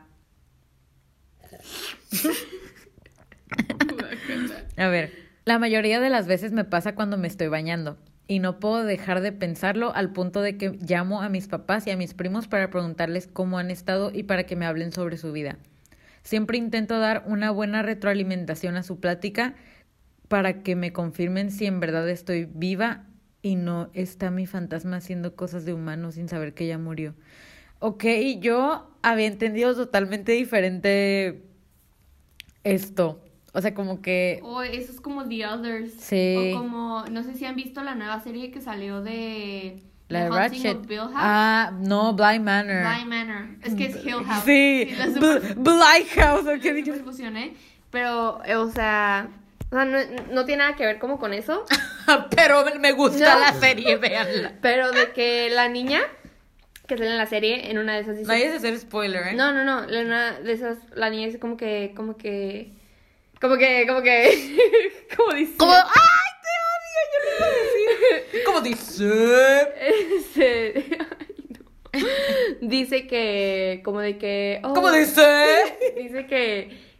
A ver, la mayoría de las veces me pasa cuando me estoy bañando y no puedo dejar de pensarlo al punto de que llamo a mis papás y a mis primos para preguntarles cómo han estado y para que me hablen sobre su vida. Siempre intento dar una buena retroalimentación a su plática para que me confirmen si en verdad estoy viva y no está mi fantasma haciendo cosas de humano sin saber que ya murió. Ok, yo había entendido totalmente diferente esto. O sea, como que... O eso es como The Others. Sí. O como, no sé si han visto la nueva serie que salió de... La de The Haunting Ratchet. of Hill House. Ah, no, Blind Manor. Blind Manor. Es que es Hill House. Sí, la Bl- super- Blind House, ¿o qué la dije? superfusioné. Pero, eh, o sea... O sea, no, no tiene nada que ver como con eso. Pero me gusta No. la serie, véanla. Pero de que la niña que sale en la serie, en una de esas dice... No vayas a hacer spoiler, ¿eh? No, no, no. En una de esas, la niña dice como que... Como que... Como que... Como que... como dice... Como, ¡ay, te odio! Yo no iba a decir. Como dice. Este, ay, no. Dice que, como de que... oh, Como dice. dice que,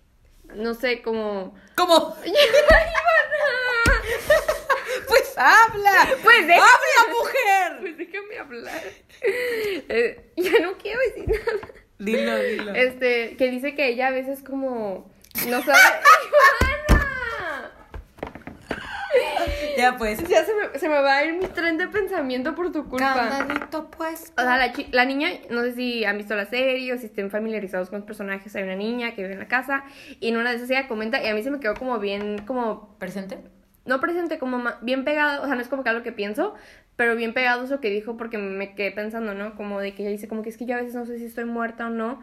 no sé, como... ¿Cómo? Pues habla. Pues déjame. ¡Habla, mujer! Pues déjame hablar. Eh, ya no quiero decir nada. Dilo, dilo. Este, que dice que ella a veces como... No sabe... ¡Ivana! Ya, pues. Ya se me, se me va a ir mi tren de pensamiento por tu culpa. Candadito, pues. O sea, la, chi- la niña, no sé si han visto la serie o si estén familiarizados con los personajes. Hay una niña que vive en la casa y en una de esas ella comenta y a mí se me quedó como bien, como... ¿Presente? No presente, como ma- bien pegado, o sea, no es como que algo que pienso, pero bien pegado eso que dijo porque me quedé pensando, ¿no? Como de que ella dice como que es que yo a veces no sé si estoy muerta o no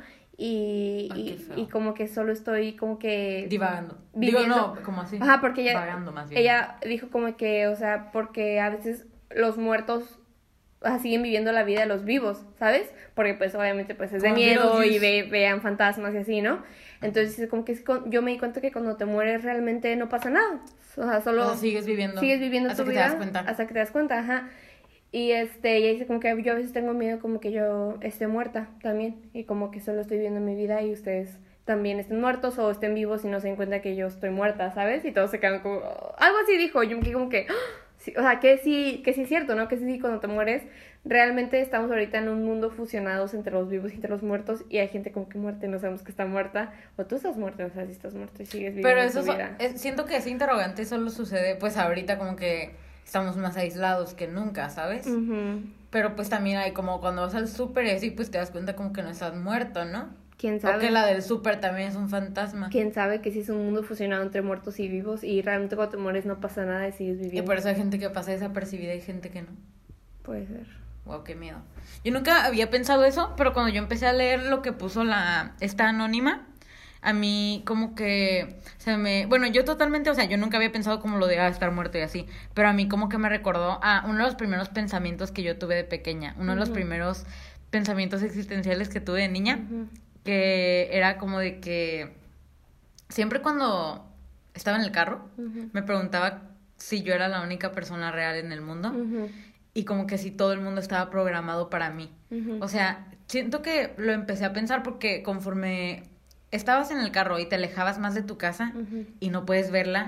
y, Ay, qué y, feo. y como que solo estoy como que... Divagando. Viviendo. Digo, no, como así. Ajá, porque ella, Vagando más bien. ella dijo como que, o sea, porque a veces los muertos, o sea, siguen viviendo la vida de los vivos, ¿sabes? Porque pues obviamente pues es de Como miedo y Beetlejuice. ve, vean fantasmas y así, ¿no? Entonces como que es con- yo me di cuenta que cuando te mueres realmente no pasa nada. O sea, solo O sea, sigues viviendo. sigues viviendo hasta tu que vida te das cuenta. hasta que te das cuenta, ajá. Y este, ella dice como que yo a veces tengo miedo como que yo esté muerta también y como que solo estoy viviendo mi vida y ustedes también estén muertos o estén vivos y no se den cuenta que yo estoy muerta, ¿sabes? Y todos se quedan como... Algo así dijo, yo me quedé como que... ¡Ah! Sí, o sea, que sí, que sí es cierto, ¿no? Que sí, cuando te mueres, realmente estamos ahorita en un mundo fusionados entre los vivos y entre los muertos y hay gente como que muerta y no sabemos que está muerta o tú estás muerta, o sea, si estás muerto y sigues viviendo Pero tu eso so- vida. es- siento que ese interrogante solo sucede pues ahorita como que estamos más aislados que nunca, ¿sabes? Ujú. Pero pues también hay como cuando vas al súper y así pues te das cuenta como que no estás muerto, ¿no? ¿Quién O sabe? que la del súper también es un fantasma. ¿Quién sabe que sí es un mundo fusionado entre muertos y vivos y realmente cuando te mueres no pasa nada y sigues Y viviendo? por eso hay gente que pasa desapercibida y gente que no. Puede ser. Wow, qué miedo. Yo nunca había pensado eso, pero cuando yo empecé a leer lo que puso la esta anónima, a mí como que se me... Bueno, yo totalmente, o sea, yo nunca había pensado como lo de ah, estar muerto y así, pero a mí como que me recordó a uno de los primeros pensamientos que yo tuve de pequeña, uno de los Ujú. primeros pensamientos existenciales que tuve de niña, Ujú. que era como de que siempre cuando estaba en el carro, Ujú. me preguntaba si yo era la única persona real en el mundo Ujú. y como que si todo el mundo estaba programado para mí. Ujú. O sea, siento que lo empecé a pensar porque conforme estabas en el carro y te alejabas más de tu casa Ujú. y no puedes verla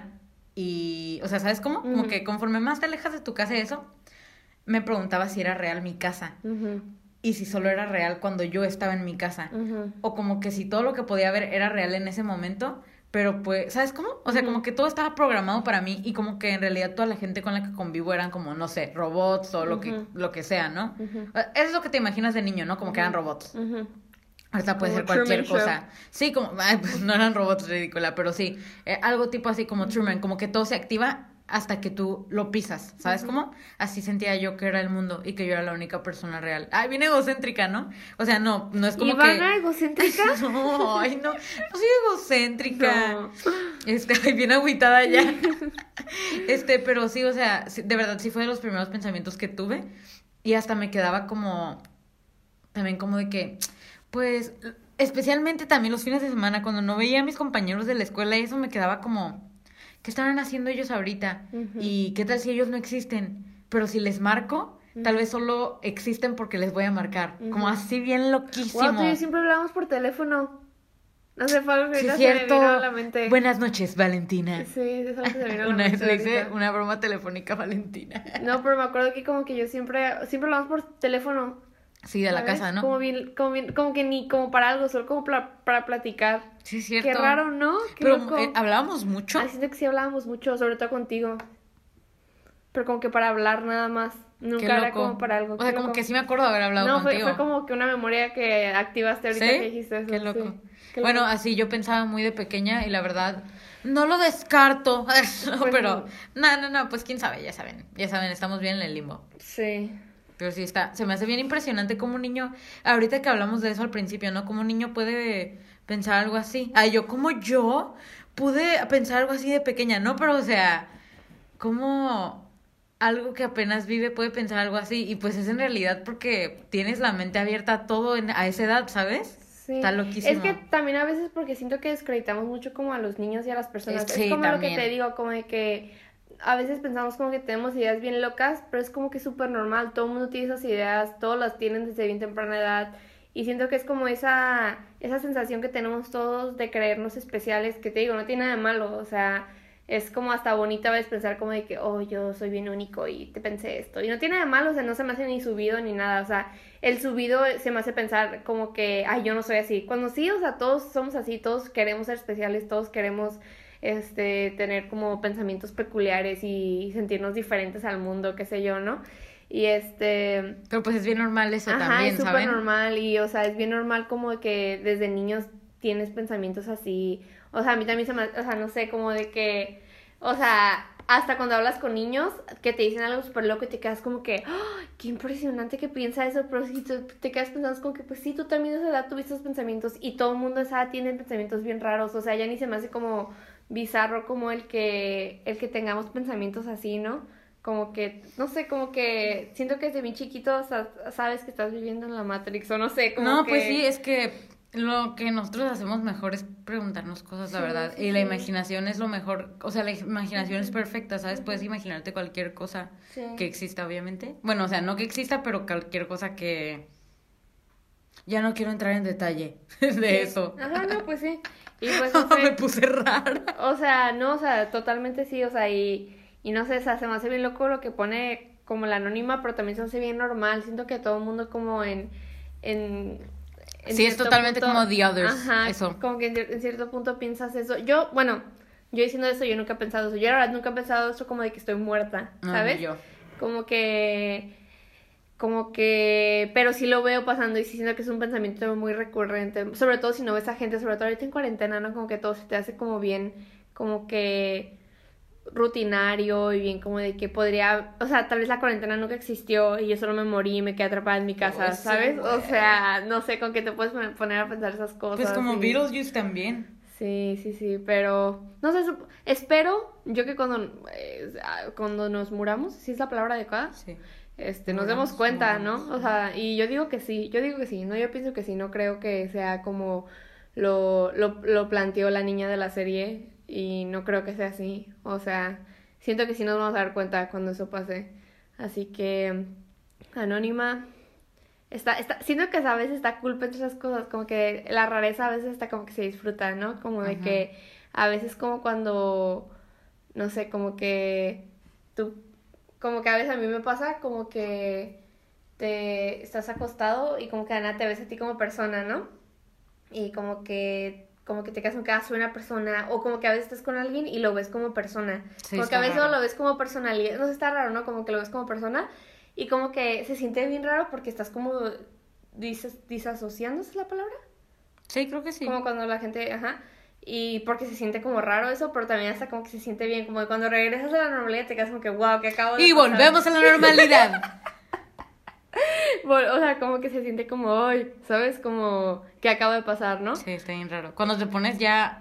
y, o sea, ¿sabes cómo? Como Ujú. que conforme más te alejas de tu casa y eso, me preguntaba si era real mi casa Ujú. y si solo era real cuando yo estaba en mi casa. Ujú. O como que si todo lo que podía ver era real en ese momento, pero pues, ¿sabes cómo? O sea, Ujú. como que todo estaba programado para mí y como que en realidad toda la gente con la que convivo eran como, no sé, robots o lo que, Ujú. lo que sea, ¿no? Ujú. Eso es lo que te imaginas de niño, ¿no? Como que eran robots. Ujú. Ahorita puede Como ser cualquier Truman cosa. Sí, como, ay, pues no eran robots, ridícula, pero sí, eh, algo tipo así como Truman, como que todo se activa hasta que tú lo pisas, ¿sabes Ujú. cómo? Así sentía yo que era el mundo y que yo era la única persona real. Ay, bien egocéntrica, ¿no? O sea, no, no es como ¿Ivana que... egocéntrica? No, ay, no, no soy egocéntrica. No. Este, ay, bien agüitada ya. Este, pero sí, o sea, sí, de verdad sí fue de los primeros pensamientos que tuve y hasta me quedaba como, también como de que, pues, especialmente también los fines de semana, cuando no veía a mis compañeros de la escuela y eso me quedaba como, ¿qué estarán haciendo ellos ahorita? Ujú. ¿Y qué tal si ellos no existen? Pero si les marco, tal Ujú. vez solo existen porque les voy a marcar. Como Ujú. así bien loquísimo. Wow, tú y yo siempre hablábamos por teléfono. No sé, fue algo que Sí, es ahorita se me cierto. vino a la mente. Buenas noches, Valentina. Sí, es algo que se me vino a la Una vez mente le hice ahorita. una broma telefónica a Valentina. No, pero me acuerdo que como que yo siempre, siempre hablamos por teléfono. Sí, de la ¿sabes? casa, ¿no? Como bien, como bien, como que ni como para algo, solo como para, para platicar. Sí, es cierto. Qué raro, ¿no? Qué Pero loco. eh, hablábamos mucho. Ay, siento que sí hablábamos mucho, sobre todo contigo. Pero como que para hablar nada más. Nunca Qué era loco. como para algo. O qué sea, como loco. que sí me acuerdo de haber hablado No, fue, contigo. fue como que una memoria que activaste ahorita ¿Sí? que dijiste eso. Qué loco. sí. Qué Bueno, loco. así yo pensaba muy de pequeña y la verdad no lo descarto. No, Pues pero no, no, no, pues quién sabe, ya saben. Ya saben, estamos bien en el limbo. Sí. Pero sí está, se me hace bien impresionante como un niño, ahorita que hablamos de eso al principio, ¿no? Como un niño puede pensar algo así. Ay, yo como yo pude pensar algo así de pequeña, ¿no? Pero o sea, como algo que apenas vive puede pensar algo así y pues es en realidad porque tienes la mente abierta a todo en- a esa edad, ¿sabes? Sí. Está loquísimo. Es que también a veces porque siento que descreditamos mucho como a los niños y a las personas. Es- sí, es como lo también. que te digo, como de que a veces pensamos como que tenemos ideas bien locas, pero es como que súper normal. Todo el mundo tiene esas ideas, todos las tienen desde bien temprana edad Y siento que es como esa, esa sensación que tenemos todos de creernos especiales, que te digo, no tiene nada de malo, o sea, es como hasta bonita a veces pensar como de que, oh, yo soy bien único y te pensé esto. Y no tiene nada de malo, o sea, no se me hace ni subido ni nada, o sea, el subido se me hace pensar como que, ay, yo no soy así. Cuando sí, o sea, todos somos así, todos queremos ser especiales, todos queremos este tener como pensamientos peculiares y sentirnos diferentes al mundo, qué sé yo, ¿no? Y este... Pero pues es bien normal eso ajá, también, es súper ¿saben? normal y, o sea, es bien normal como que desde niños tienes pensamientos así. O sea, a mí también se me... O sea, no sé, como de que... O sea, hasta cuando hablas con niños que te dicen algo súper loco y te quedas como que... ¡Oh, qué impresionante que piensa eso! Pero si tú te quedas pensando es como que, pues sí, tú también a esa edad tuviste esos pensamientos y todo el mundo a esa edad tiene pensamientos bien raros. O sea, ya ni se me hace como bizarro como el que, el que tengamos pensamientos así, ¿no? Como que, no sé, como que siento que desde bien chiquito, o sea, sabes que estás viviendo en la Matrix, o no sé, como No, que... pues sí, es que lo que nosotros hacemos mejor es preguntarnos cosas, la Sí, verdad. sí, y la sí. imaginación es lo mejor, o sea, la imaginación es perfecta, ¿sabes? Puedes imaginarte cualquier cosa Sí. que exista, obviamente. Bueno, o sea, no que exista, pero cualquier cosa que... Ya no quiero entrar en detalle de Sí. eso. Ajá, no, pues sí. Y pues, no Me sé, puse rara. o sea, no, o sea, totalmente sí, o sea, y, y no sé, o sea, se me hace bien loco lo que pone como la anónima, pero también se me hace bien normal. Siento que todo el mundo como en... en en Sí, es cierto totalmente punto- como The Others, ajá, eso. como que en, cier- en cierto punto piensas eso. Yo, bueno, yo diciendo eso, yo nunca he pensado eso. Yo la verdad nunca he pensado eso como de que estoy muerta, No, ¿sabes? ni yo. Como que... Como que... Pero sí lo veo pasando y sí siento que es un pensamiento muy recurrente. Sobre todo si no ves a gente, sobre todo ahorita en cuarentena, ¿no? Como que todo se te hace como bien... Como que... rutinario y bien como de que podría... O sea, tal vez la cuarentena nunca existió y yo solo me morí y me quedé atrapada en mi casa, Oh, sí, ¿sabes? O güey. sea, no sé con qué te puedes poner a pensar esas cosas. Pues como y- Beetlejuice también. Sí, sí, sí, pero no sé, sup- espero yo que cuando, eh, cuando nos muramos, si es la palabra adecuada, Sí. este, nos Muramos, demos cuenta, muramos. ¿no? O sea, y yo digo que sí, yo digo que sí, no, yo pienso que sí, no creo que sea como lo, lo, lo planteó la niña de la serie y no creo que sea así, o sea, siento que sí nos vamos a dar cuenta cuando eso pase, así que, Anónima... Está, está, siento que a veces está cool pensar esas cosas, como que la rareza a veces está como que se disfruta, ¿no? Como de Ajá. que a veces como cuando, no sé, como que tú, como que a veces a mí me pasa como que te estás acostado y como que Ana te ves a ti como persona, ¿no? Y como que, como que te quedas como que ah, soy una persona, o como que a veces estás con alguien y lo ves como persona, Sí, como que está a veces raro. lo ves como personalidad, no sé, está raro, ¿no? Como que lo ves como persona. Y como que se siente bien raro porque estás como dis- disasociándose, ¿es la palabra? Sí, creo que sí. Como cuando la gente, ajá. Y porque se siente como raro eso, pero también hasta como que se siente bien. Como de cuando regresas a la normalidad te quedas como que, wow, que acabo de Y pasar?". volvemos a la normalidad. Vol- O sea, como que se siente como hoy, ¿sabes? Como que acabo de pasar, ¿no? Sí, está bien raro. Cuando te pones ya...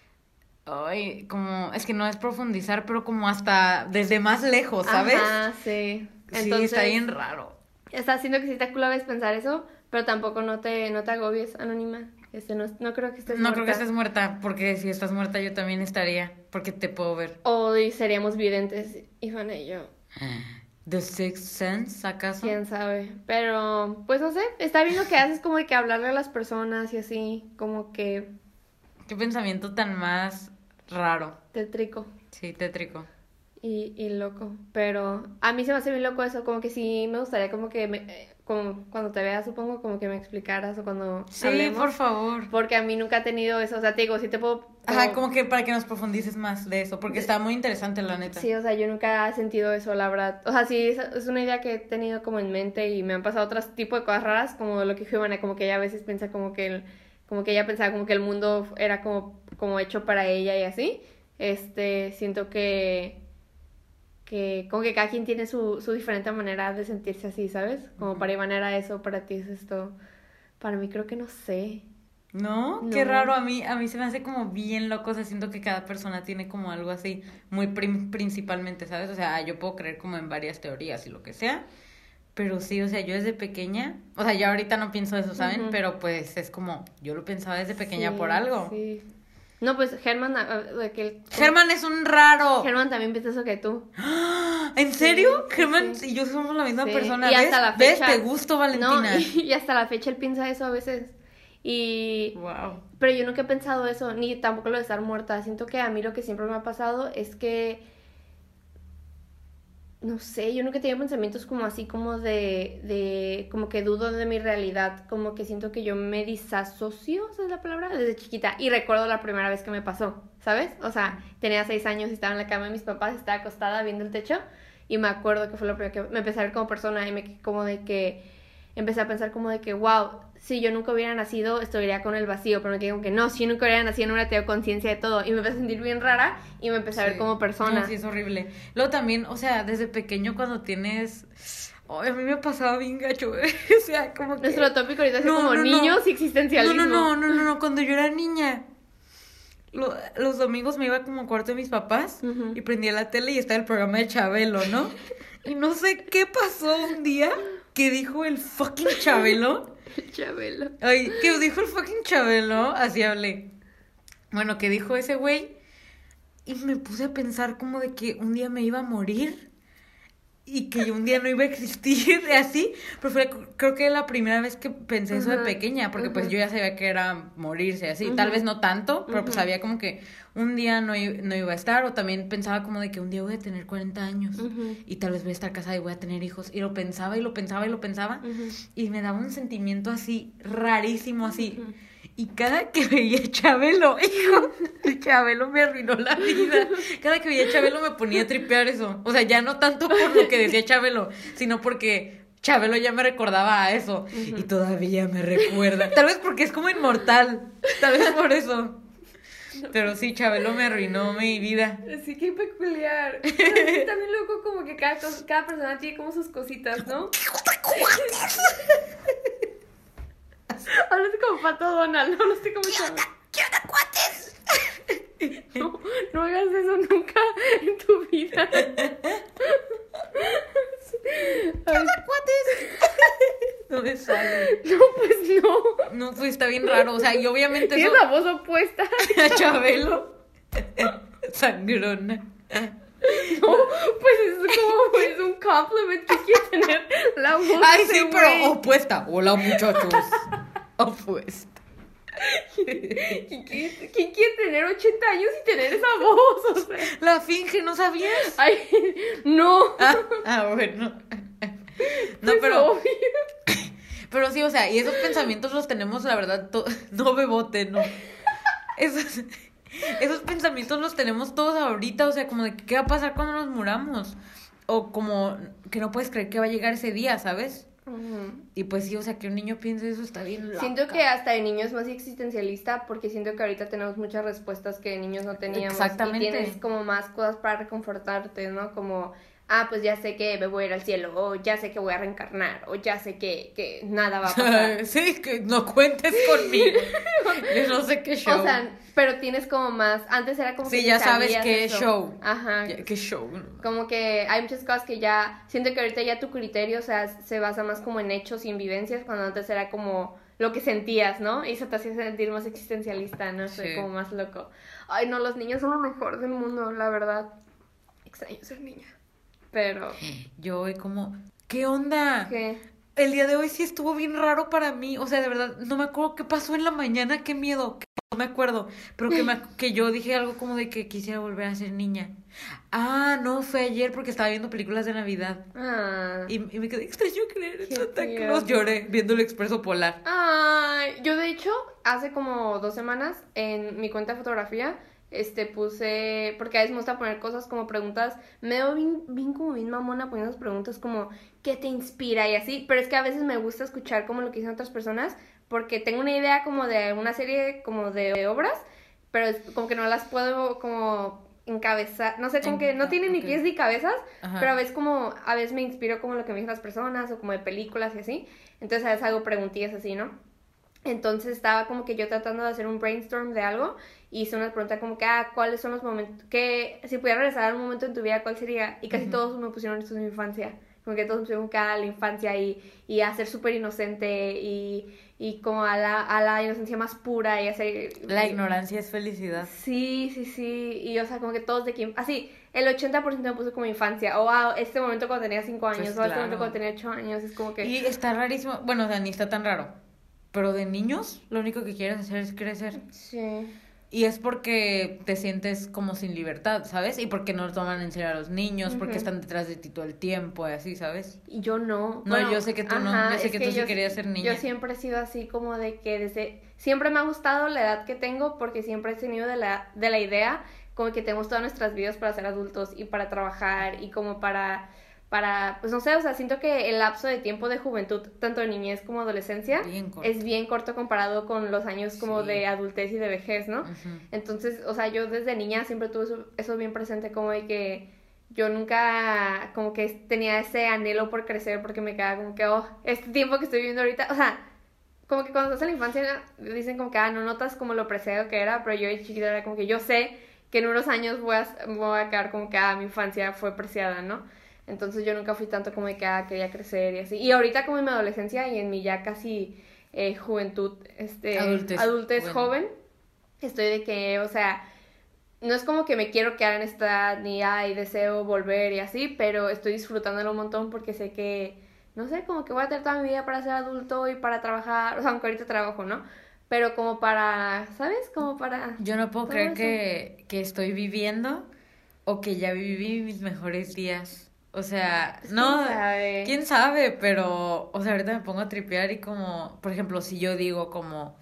Ay, como... Es que no es profundizar, pero como hasta desde más lejos, ¿sabes? Ajá, sí. Sí, está bien raro. Está haciendo que sí te cool a veces pensar eso, pero tampoco no te, no te agobies, Anónima. Este, no, no creo que estés No muerta. creo que estés muerta, porque si estás muerta yo también estaría, porque te puedo ver. O y seríamos videntes, Ivana y yo. The Sixth Sense, ¿acaso? Quién sabe. Pero, pues no sé, está bien lo que haces, como de que hablarle a las personas y así, como que Qué pensamiento tan más raro. tétrico Sí, tétrico. y, y loco. Pero a mí se me hace bien loco eso, como que sí me gustaría como que, me, eh, como cuando te veas, supongo, como que me explicaras o cuando Sí, hablemos. por favor. Porque a mí nunca he tenido eso, o sea, te digo, sí te puedo... Ajá, como que para que nos profundices más de eso, porque está muy interesante, la neta. Sí, o sea, yo nunca he sentido eso, la verdad. O sea, sí, es, es una idea que he tenido como en mente y me han pasado otros tipos de cosas raras, como lo que dijo Ivana, como que ella a veces piensa como que el, como que ella pensaba como que el mundo era como, como hecho para ella y así. Este, siento que que como que cada quien tiene su, su diferente manera de sentirse así, ¿sabes? Como para Ivana era eso, para ti es esto. Para mí creo que no sé. ¿No? No. Qué raro, a mí, a mí se me hace como bien loco, o sea, siento que cada persona tiene como algo así, muy prim- principalmente, ¿sabes? O sea, yo puedo creer como en varias teorías y lo que sea, pero sí, o sea, yo desde pequeña, o sea, ya ahorita no pienso eso, ¿saben? Ujú. Pero pues es como, yo lo pensaba desde pequeña Sí, por algo. Sí. No, pues Germán, ah, de que el- Germán es un raro. Germán también piensa eso que tú. ¡Ah! ¿En serio? Sí, Germán sí. y yo somos la misma Sí. persona. Y ¿Ves? hasta la ¿Ves? fecha. Te gusto, Valentina. No, y, y hasta la fecha él piensa eso a veces. Y... Wow. Pero yo nunca he pensado eso, ni tampoco lo de estar muerta. Siento que a mí lo que siempre me ha pasado es que... No sé, yo nunca he tenido pensamientos como así, como de, de... Como que dudo de mi realidad. Como que siento que yo me disasocio, ¿esa es la palabra? Desde chiquita. Y recuerdo la primera vez que me pasó, ¿sabes? O sea, tenía seis años y estaba en la cama de mis papás, estaba acostada viendo el techo. Y me acuerdo que fue lo primero que... Me empecé a ver como persona y me quedé como de que... Empecé a pensar como de que, wow, si yo nunca hubiera nacido, estaría con el vacío. Pero me quedé como que no, si yo nunca hubiera nacido, no hubiera tenido conciencia de todo. Y me empecé a sentir bien rara y me empecé a ver Sí. como persona. No, sí, es horrible. Luego también, o sea, desde pequeño cuando tienes... Ay, a mí me ha pasado bien gacho, ¿eh? O sea, como que... Nuestro tópico ahorita es No, como no, no. niños y existencialismo. No, no, no, no, no, no. Cuando yo era niña, lo- los domingos me iba como a cuarto de mis papás Ujú. y prendía la tele y estaba el programa de Chabelo, ¿no? Y no sé qué pasó un día que dijo el fucking Chabelo. Chabelo. Ay, que dijo el fucking Chabelo, así hablé. Bueno, que dijo ese güey. Y me puse a pensar como de que un día me iba a morir. Y que yo un día no iba a existir, así. Pero fue, creo que la primera vez que pensé eso de Ajá, pequeña. Porque pues ajá. yo ya sabía que era morirse, así. Ujú. Tal vez no tanto, pero pues Ujú. sabía como que un día no, i- no iba a estar. O también pensaba como de que un día voy a tener cuarenta años. Ujú. Y tal vez voy a estar casada y voy a tener hijos. Y lo pensaba y lo pensaba y lo pensaba. Ujú. Y me daba un sentimiento así, rarísimo, así. Ujú. Y cada que veía a Chabelo, hijo, el Chabelo me arruinó la vida. Cada que veía a Chabelo me ponía a tripear eso. O sea, ya no tanto por lo que decía Chabelo, sino porque Chabelo ya me recordaba a eso. Ujú. Y todavía me recuerda. Tal vez porque es como inmortal. Tal vez por eso. Pero sí, Chabelo me arruinó mi vida. Así que peculiar. Pero sí, también loco como que cada, cos- cada persona tiene como sus cositas, ¿no? Hablaste como Pato Donald, no hablaste como Chabelo. ¿Qué onda, cuates? No, no hagas eso nunca en tu vida. ¿Qué onda, cuates? No me sale. No, pues no. No, pues está bien raro. O sea, y obviamente Tienes eso... la voz opuesta. a Chabelo. Sangrona. No, pues es como es un compliment que quiere tener la voz. Ay, de sí, güey. pero opuesta. Hola, muchachos. Opuesta. ¿Quién quiere, quién quiere tener ochenta años y tener esa voz? O sea, La finge, ¿no sabías? ay, no. Ah, ah, bueno. No, Pues pero, obvio. pero sí, o sea, y esos pensamientos los tenemos, la verdad, to- no bebote, no. Esos, esos pensamientos los tenemos todos ahorita, o sea, como de que qué va a pasar cuando nos muramos. O como que no puedes creer que va a llegar ese día, ¿sabes? Ujú. Y pues sí, o sea, que un niño piense eso está bien loca. Siento que hasta de niños es más existencialista porque siento que ahorita tenemos muchas respuestas que de niños no teníamos. Exactamente. Y tienes como más cosas para reconfortarte, ¿no? Como, ah, pues ya sé que me voy a ir al cielo, o ya sé que voy a reencarnar, o ya sé que, que nada va a pasar. Sí, que no cuentes conmigo. Yo no sé qué show. O sea, pero tienes como más, antes era como que sí, ni ya sabes sabías qué eso. show. Ajá. Ya, qué show. ¿no? Como que hay muchas cosas que ya, siento que ahorita ya tu criterio, o sea, se basa más como en hechos y en vivencias, cuando antes era como lo que sentías, ¿no? Y eso te hacía sentir más existencialista, no sé, Sí. como más loco. Ay, no, los niños son lo mejor del mundo, la verdad. Extraño ser niña. Pero, Yo hoy como, ¿qué onda? ¿qué? El día de hoy sí estuvo bien raro para mí. O sea, de verdad, no me acuerdo qué pasó en la mañana, qué miedo. que- No me acuerdo. Pero que, me, ac- que yo dije algo como de que quisiera volver a ser niña. Ah, no, fue ayer porque estaba viendo películas de Navidad. Ah. Y, y me quedé extraño creer en Qué Santa tierno. Claus. Lloré viendo el Expreso Polar. Ay, yo de hecho, hace como dos semanas en mi cuenta de fotografía, este, puse, porque a veces me gusta poner cosas como preguntas, me veo bien, bien como bien mamona poniendo esas preguntas como, ¿qué te inspira? Y así, pero es que a veces me gusta escuchar como lo que dicen otras personas, porque tengo una idea como de una serie como de obras, pero es como que no las puedo como encabezar, no sé, como En- que no tienen ni ok. pies ni cabezas, Ajá. pero a veces como, a veces me inspiro como lo que me dicen las personas, o como de películas y así, entonces a veces hago preguntillas así, ¿no? Entonces estaba como que yo tratando de hacer un brainstorm de algo y hice una pregunta como que, ah, ¿cuáles son los momentos? Que si pudiera regresar a un momento en tu vida, ¿cuál sería? Y casi Ujú. todos me pusieron esto de mi infancia. como que todos empezamos a la infancia y, y a ser súper inocente y, y como a la, a la inocencia más pura y hacer... La ignorancia es felicidad. Sí, sí, sí, y o sea, como que todos de que... Así, el ochenta por ciento me puso como infancia, o a este momento cuando tenía cinco años, Pues o a este claro. momento cuando tenía ocho años, es como que... Y está rarísimo, bueno, o sea, ni está tan raro, pero de niños lo único que quieres hacer es crecer. Sí. Y es porque te sientes como sin libertad, ¿sabes? Y porque no toman en serio a los niños, porque Ujú. están detrás de ti todo el tiempo y así, ¿sabes? Y yo no. No, yo sé que tú no, yo sé es que tú sí yo- querías ser niña. Yo siempre he sido así como de que desde... Siempre me ha gustado la edad que tengo porque siempre he tenido de la, de la idea como que tenemos todas nuestras vidas para ser adultos y para trabajar y como para... para pues no sé, o sea, siento que el lapso de tiempo de juventud, tanto de niñez como adolescencia, Bien corto. es bien corto comparado con los años como Sí. de adultez y de vejez, ¿no? Ujú. Entonces, o sea, yo desde niña siempre tuve eso, eso bien presente como de que yo nunca como que tenía ese anhelo por crecer porque me quedaba como que, oh, este tiempo que estoy viviendo ahorita, o sea, como que cuando estás en la infancia dicen como que, ah, no notas como lo preciado que era, pero yo de chiquita era como que yo sé que en unos años voy a, voy a quedar como que, ah, mi infancia fue preciada, ¿no? Entonces yo nunca fui tanto como de que, ah, quería crecer y así. Y ahorita como en mi adolescencia y en mi ya casi eh, juventud, este, Adultez. adultez Bueno. joven, estoy de que, o sea, no es como que me quiero quedar en esta edad ni ay, deseo volver y así, pero estoy disfrutándolo un montón porque sé que, no sé, como que voy a tener toda mi vida para ser adulto y para trabajar, o sea, aunque ahorita trabajo, ¿no? Pero como para, ¿sabes? Como para... Yo no puedo todo creer eso. que, que estoy viviendo o que ya viví mis mejores días. O sea, Pues, no, ¿quién sabe? quién sabe, pero, o sea, ahorita me pongo a tripear y como, por ejemplo, si yo digo como,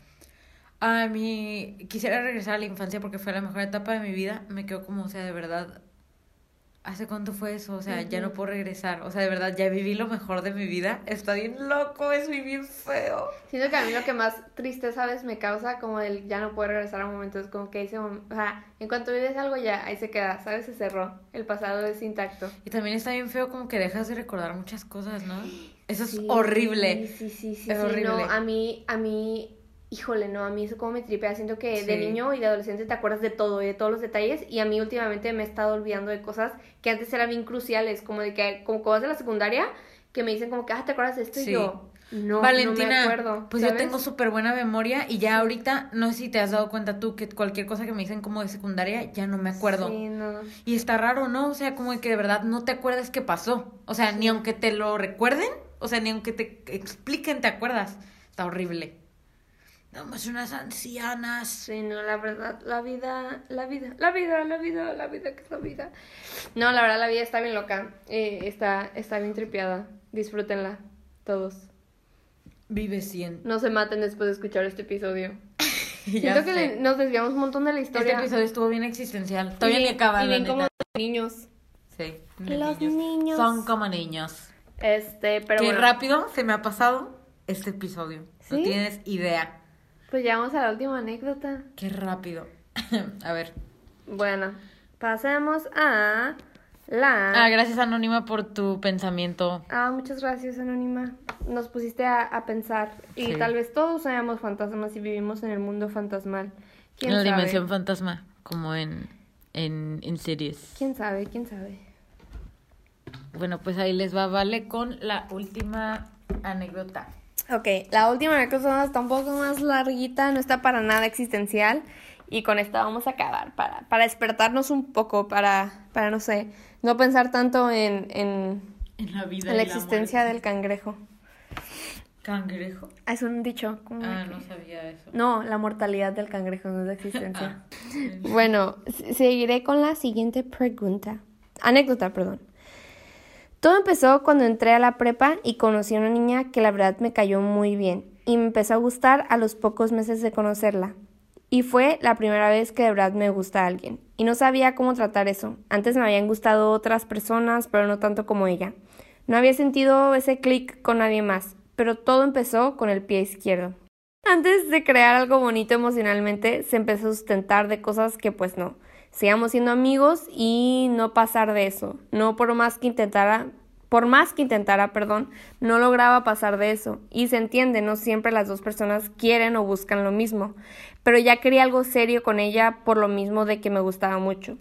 a mí quisiera regresar a la infancia porque fue la mejor etapa de mi vida, me quedo como, o sea, de verdad, ¿hace cuánto fue eso? O sea, ya no Ujú. puedo regresar. O sea, de verdad, ya viví lo mejor de mi vida. Está bien loco, es bien feo. Siento que a mí lo que más triste, ¿sabes? Me causa como el ya no poder regresar a un momento. Es como que ese momento, o sea, en cuanto vives algo ya ahí se queda, ¿sabes? Se cerró. El pasado es intacto. Y también está bien feo como que dejas de recordar muchas cosas, ¿no? Eso es Sí, horrible. Sí, sí, sí, Es sí. horrible. No, a mí, a mí, híjole, no, a mí eso como me tripea. Siento que de Sí. niño y de adolescente te acuerdas de todo y de todos los detalles. Y a mí últimamente me he estado olvidando de cosas que antes eran bien cruciales. Como de que, como cosas de la secundaria, que me dicen como que, ah, ¿te acuerdas de esto? Sí. Y yo, no, Valentina, no me acuerdo. pues yo ¿sabes? tengo súper buena memoria y ya ahorita, no sé si te has dado cuenta tú que cualquier cosa que me dicen como de secundaria, ya no me acuerdo. Sí, no. Y está raro, ¿no? O sea, como de que de verdad no te acuerdas qué pasó. O sea, ni aunque te lo recuerden, o sea, ni aunque te expliquen, te acuerdas. Está horrible. Somos unas ancianas. Sí, no, la verdad, la vida, la vida, la vida, la vida, la vida, que es la vida. No, la verdad, la vida está bien loca. Eh, está, está bien tripeada. Disfrútenla, todos. Vive cien. No se maten después de escuchar este episodio. Ya Siento que sé. le- nos desviamos un montón de la Este historia. episodio estuvo bien existencial. Todavía Y ni bien- acaba, Y la bien neta. como de niños. Sí, Los niños. Son como niños. Este, pero Qué bueno, rápido se me ha pasado este episodio. No ¿Sí? tienes idea. pues llegamos a la última anécdota. Qué rápido. A ver. Bueno, pasemos a la... Ah, gracias Anónima por tu pensamiento. Ah, muchas gracias, Anónima. Nos pusiste a, a pensar. Y Sí. tal vez todos seamos fantasmas y vivimos en el mundo fantasmal. ¿Quién En la sabe? dimensión fantasma, como en, en, en series. ¿Quién sabe? ¿Quién sabe? Bueno, pues ahí les va, vale, con la última anécdota. Ok, la última anécdota está un poco más larguita, no está para nada existencial. Y con esta vamos a acabar, para, para despertarnos un poco, para, para, no sé, no pensar tanto en, en, En la vida en la existencia del cangrejo. cangrejo. Ah, es un dicho. como Ah, que- no sabía eso. No, la mortalidad del cangrejo no es la existencia. Ah. Bueno, s- seguiré con la siguiente pregunta. Anécdota, perdón. Todo empezó cuando entré a la prepa y conocí a una niña que la verdad me cayó muy bien y me empezó a gustar a los pocos meses de conocerla. Y fue la primera vez que de verdad me gusta a alguien. Y no sabía cómo tratar eso. Antes me habían gustado otras personas, pero no tanto como ella. No había sentido ese clic con nadie más, pero todo empezó con el pie izquierdo. Antes de crear algo bonito emocionalmente, se empezó a sustentar de cosas que pues no. Sigamos siendo amigos y no pasar de eso. No por más que intentara, por más que intentara, perdón, no lograba pasar de eso. Y se entiende, no siempre las dos personas quieren o buscan lo mismo. Pero ya quería algo serio con ella por lo mismo de que me gustaba mucho.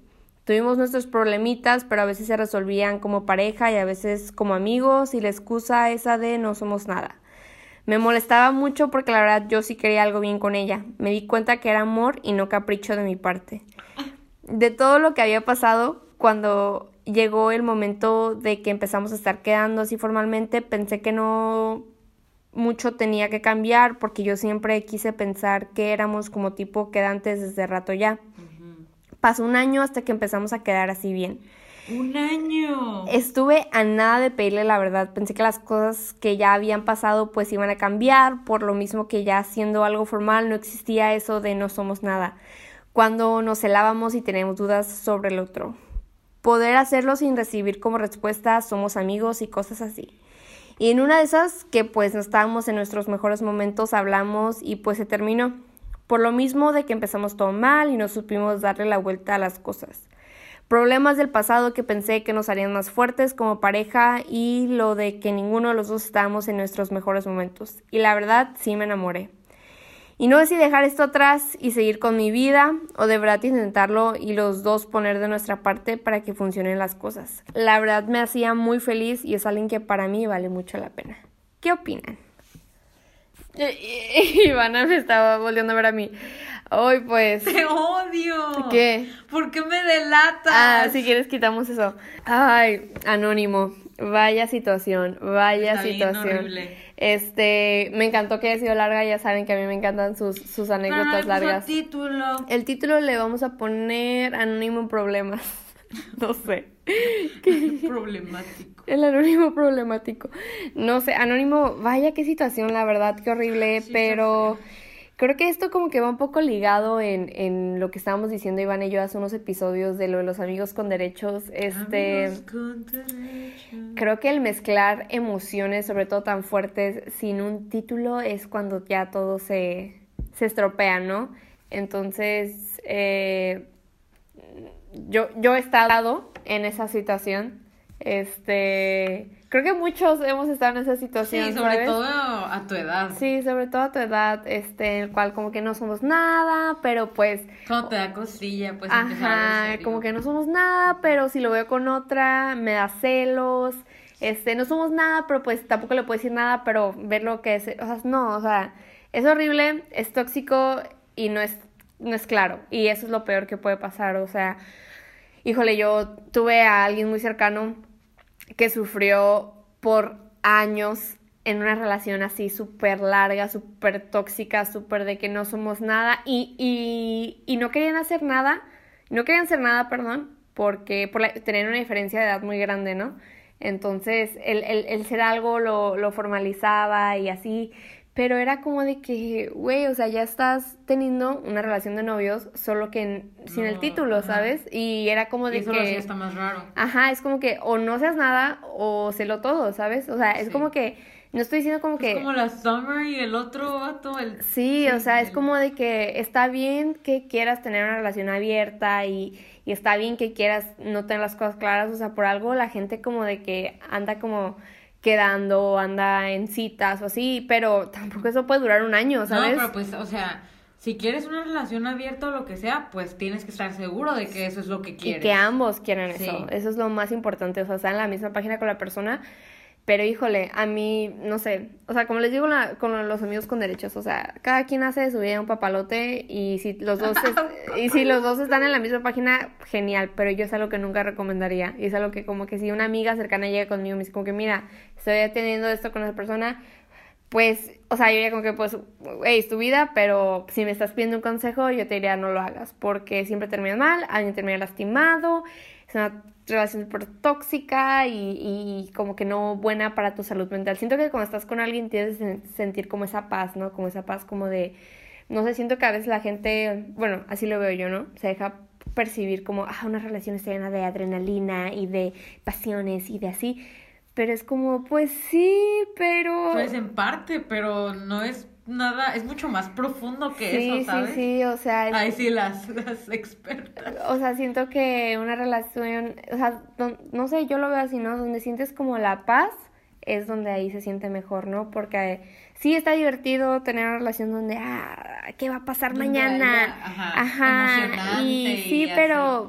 Tuvimos nuestros problemitas, pero a veces se resolvían como pareja y a veces como amigos, y la excusa esa de no somos nada. Me molestaba mucho porque la verdad yo sí quería algo bien con ella. Me di cuenta que era amor y no capricho de mi parte. De todo lo que había pasado, cuando llegó el momento de que empezamos a estar quedando así formalmente, pensé que no mucho tenía que cambiar porque yo siempre quise pensar que éramos como tipo quedantes desde rato ya. Uh-huh. Pasó un año hasta que empezamos a quedar así bien. ¡Un año! Estuve a nada de pedirle la verdad. Pensé que las cosas que ya habían pasado pues iban a cambiar, por lo mismo que ya siendo algo formal no existía eso de no somos nada. Cuando nos celábamos y teníamos dudas sobre el otro. Poder hacerlo sin recibir como respuesta somos amigos y cosas así. Y en una de esas que pues no estábamos en nuestros mejores momentos hablamos y pues se terminó. Por lo mismo de que empezamos todo mal y no supimos darle la vuelta a las cosas. Problemas del pasado que pensé que nos harían más fuertes como pareja y lo de que ninguno de los dos estábamos en nuestros mejores momentos. Y la verdad sí me enamoré. Y no sé si dejar esto atrás y seguir con mi vida o de verdad intentarlo y los dos poner de nuestra parte para que funcionen las cosas. La verdad me hacía muy feliz y es alguien que para mí vale mucho la pena. ¿Qué opinan? Ivana me estaba volviendo a ver a mí. Hoy pues... ¡Te odio! ¿Qué? ¿Por qué me delatas? Ah, si quieres quitamos eso. Ay, Anónimo. Vaya situación, vaya Está situación. Bien horrible. Este, me encantó que haya sido larga, ya saben que a mí me encantan sus, sus anécdotas ah, largas. El título. El título le vamos a poner Anónimo en Problemas. No sé. Problemático. El anónimo problemático. No sé, Anónimo, vaya qué situación, la verdad, qué horrible, sí, pero creo que esto como que va un poco ligado en, en lo que estábamos diciendo Iván y yo hace unos episodios de lo de los amigos con derechos. Este, amigos con derechos. Creo que el mezclar emociones, sobre todo tan fuertes, sin un título es cuando ya todo se, se estropea, ¿no? Entonces, eh, yo, yo he estado en esa situación. Este, creo que muchos hemos estado en esa situación, sí, sobre ¿sabes? todo a tu edad. Sí, sobre todo a tu edad, este, en el cual como que no somos nada, pero pues... Cuando te da cosilla, pues ajá, empezar a ver como que no somos nada, pero si lo veo con otra, me da celos, este, no somos nada, pero pues tampoco le puedo decir nada, pero ver lo que es, o sea, no, o sea, es horrible, es tóxico y no es, no es claro, y eso es lo peor que puede pasar, o sea, híjole, yo tuve a alguien muy cercano que sufrió por años en una relación así súper larga, súper tóxica, súper de que no somos nada y, y, y no querían hacer nada, no querían hacer nada, perdón, porque por la, tenían una diferencia de edad muy grande, ¿no? Entonces, el, el, el ser algo lo, lo formalizaba y así, pero era como de que, güey, o sea, ya estás teniendo una relación de novios, solo que en, sin no, el título, ajá. ¿sabes? Y era como de y eso que... lo hacía hasta más raro. Ajá, es como que o no seas nada o sélo todo, ¿sabes? O sea, es sí. como que... No estoy diciendo como que... Es como la Summer y el otro vato, el... Sí, sí, o sea, el... es como de que está bien que quieras tener una relación abierta y, y está bien que quieras no tener las cosas claras, o sea, por algo la gente como de que anda como... quedando, anda en citas o así, pero tampoco eso puede durar un año, ¿sabes? No, pero pues, o sea, si quieres una relación abierta o lo que sea, pues tienes que estar seguro de que eso es lo que quieres. Y que ambos quieran sí. eso, eso es lo más importante, o sea, estar en la misma página con la persona, pero híjole, a mí, no sé, o sea, como les digo la, con los amigos con derechos, o sea, cada quien hace de su vida un papalote y si los dos es, y si los dos están en la misma página, genial, pero yo es algo que nunca recomendaría, y es algo que como que si una amiga cercana llega conmigo y me dice como que mira, estoy teniendo esto con esa persona, pues, o sea, yo diría como que pues, hey, es tu vida, pero si me estás pidiendo un consejo, yo te diría no lo hagas, porque siempre termina mal, alguien termina lastimado, es una relación súper tóxica y, y como que no buena para tu salud mental. Siento que cuando estás con alguien tienes que sentir como esa paz, ¿no? Como esa paz como de, no sé, siento que a veces la gente, bueno, así lo veo yo, ¿no? Se deja percibir como, ah, una relación está llena de adrenalina y de pasiones y de así, pero es como, pues sí, pero... Pues en parte, pero no es nada, es mucho más profundo que sí, eso, ¿sabes? Sí, sí, o sea... Es... Ay, sí, las, las expertas. O sea, siento que una relación, o sea, no, no sé, yo lo veo así, ¿no? Donde sientes como la paz es donde ahí se siente mejor, ¿no? Porque sí está divertido tener una relación donde, ah, ¿qué va a pasar donde mañana? haya, ajá, ajá, emocionante y sí, y pero así. pues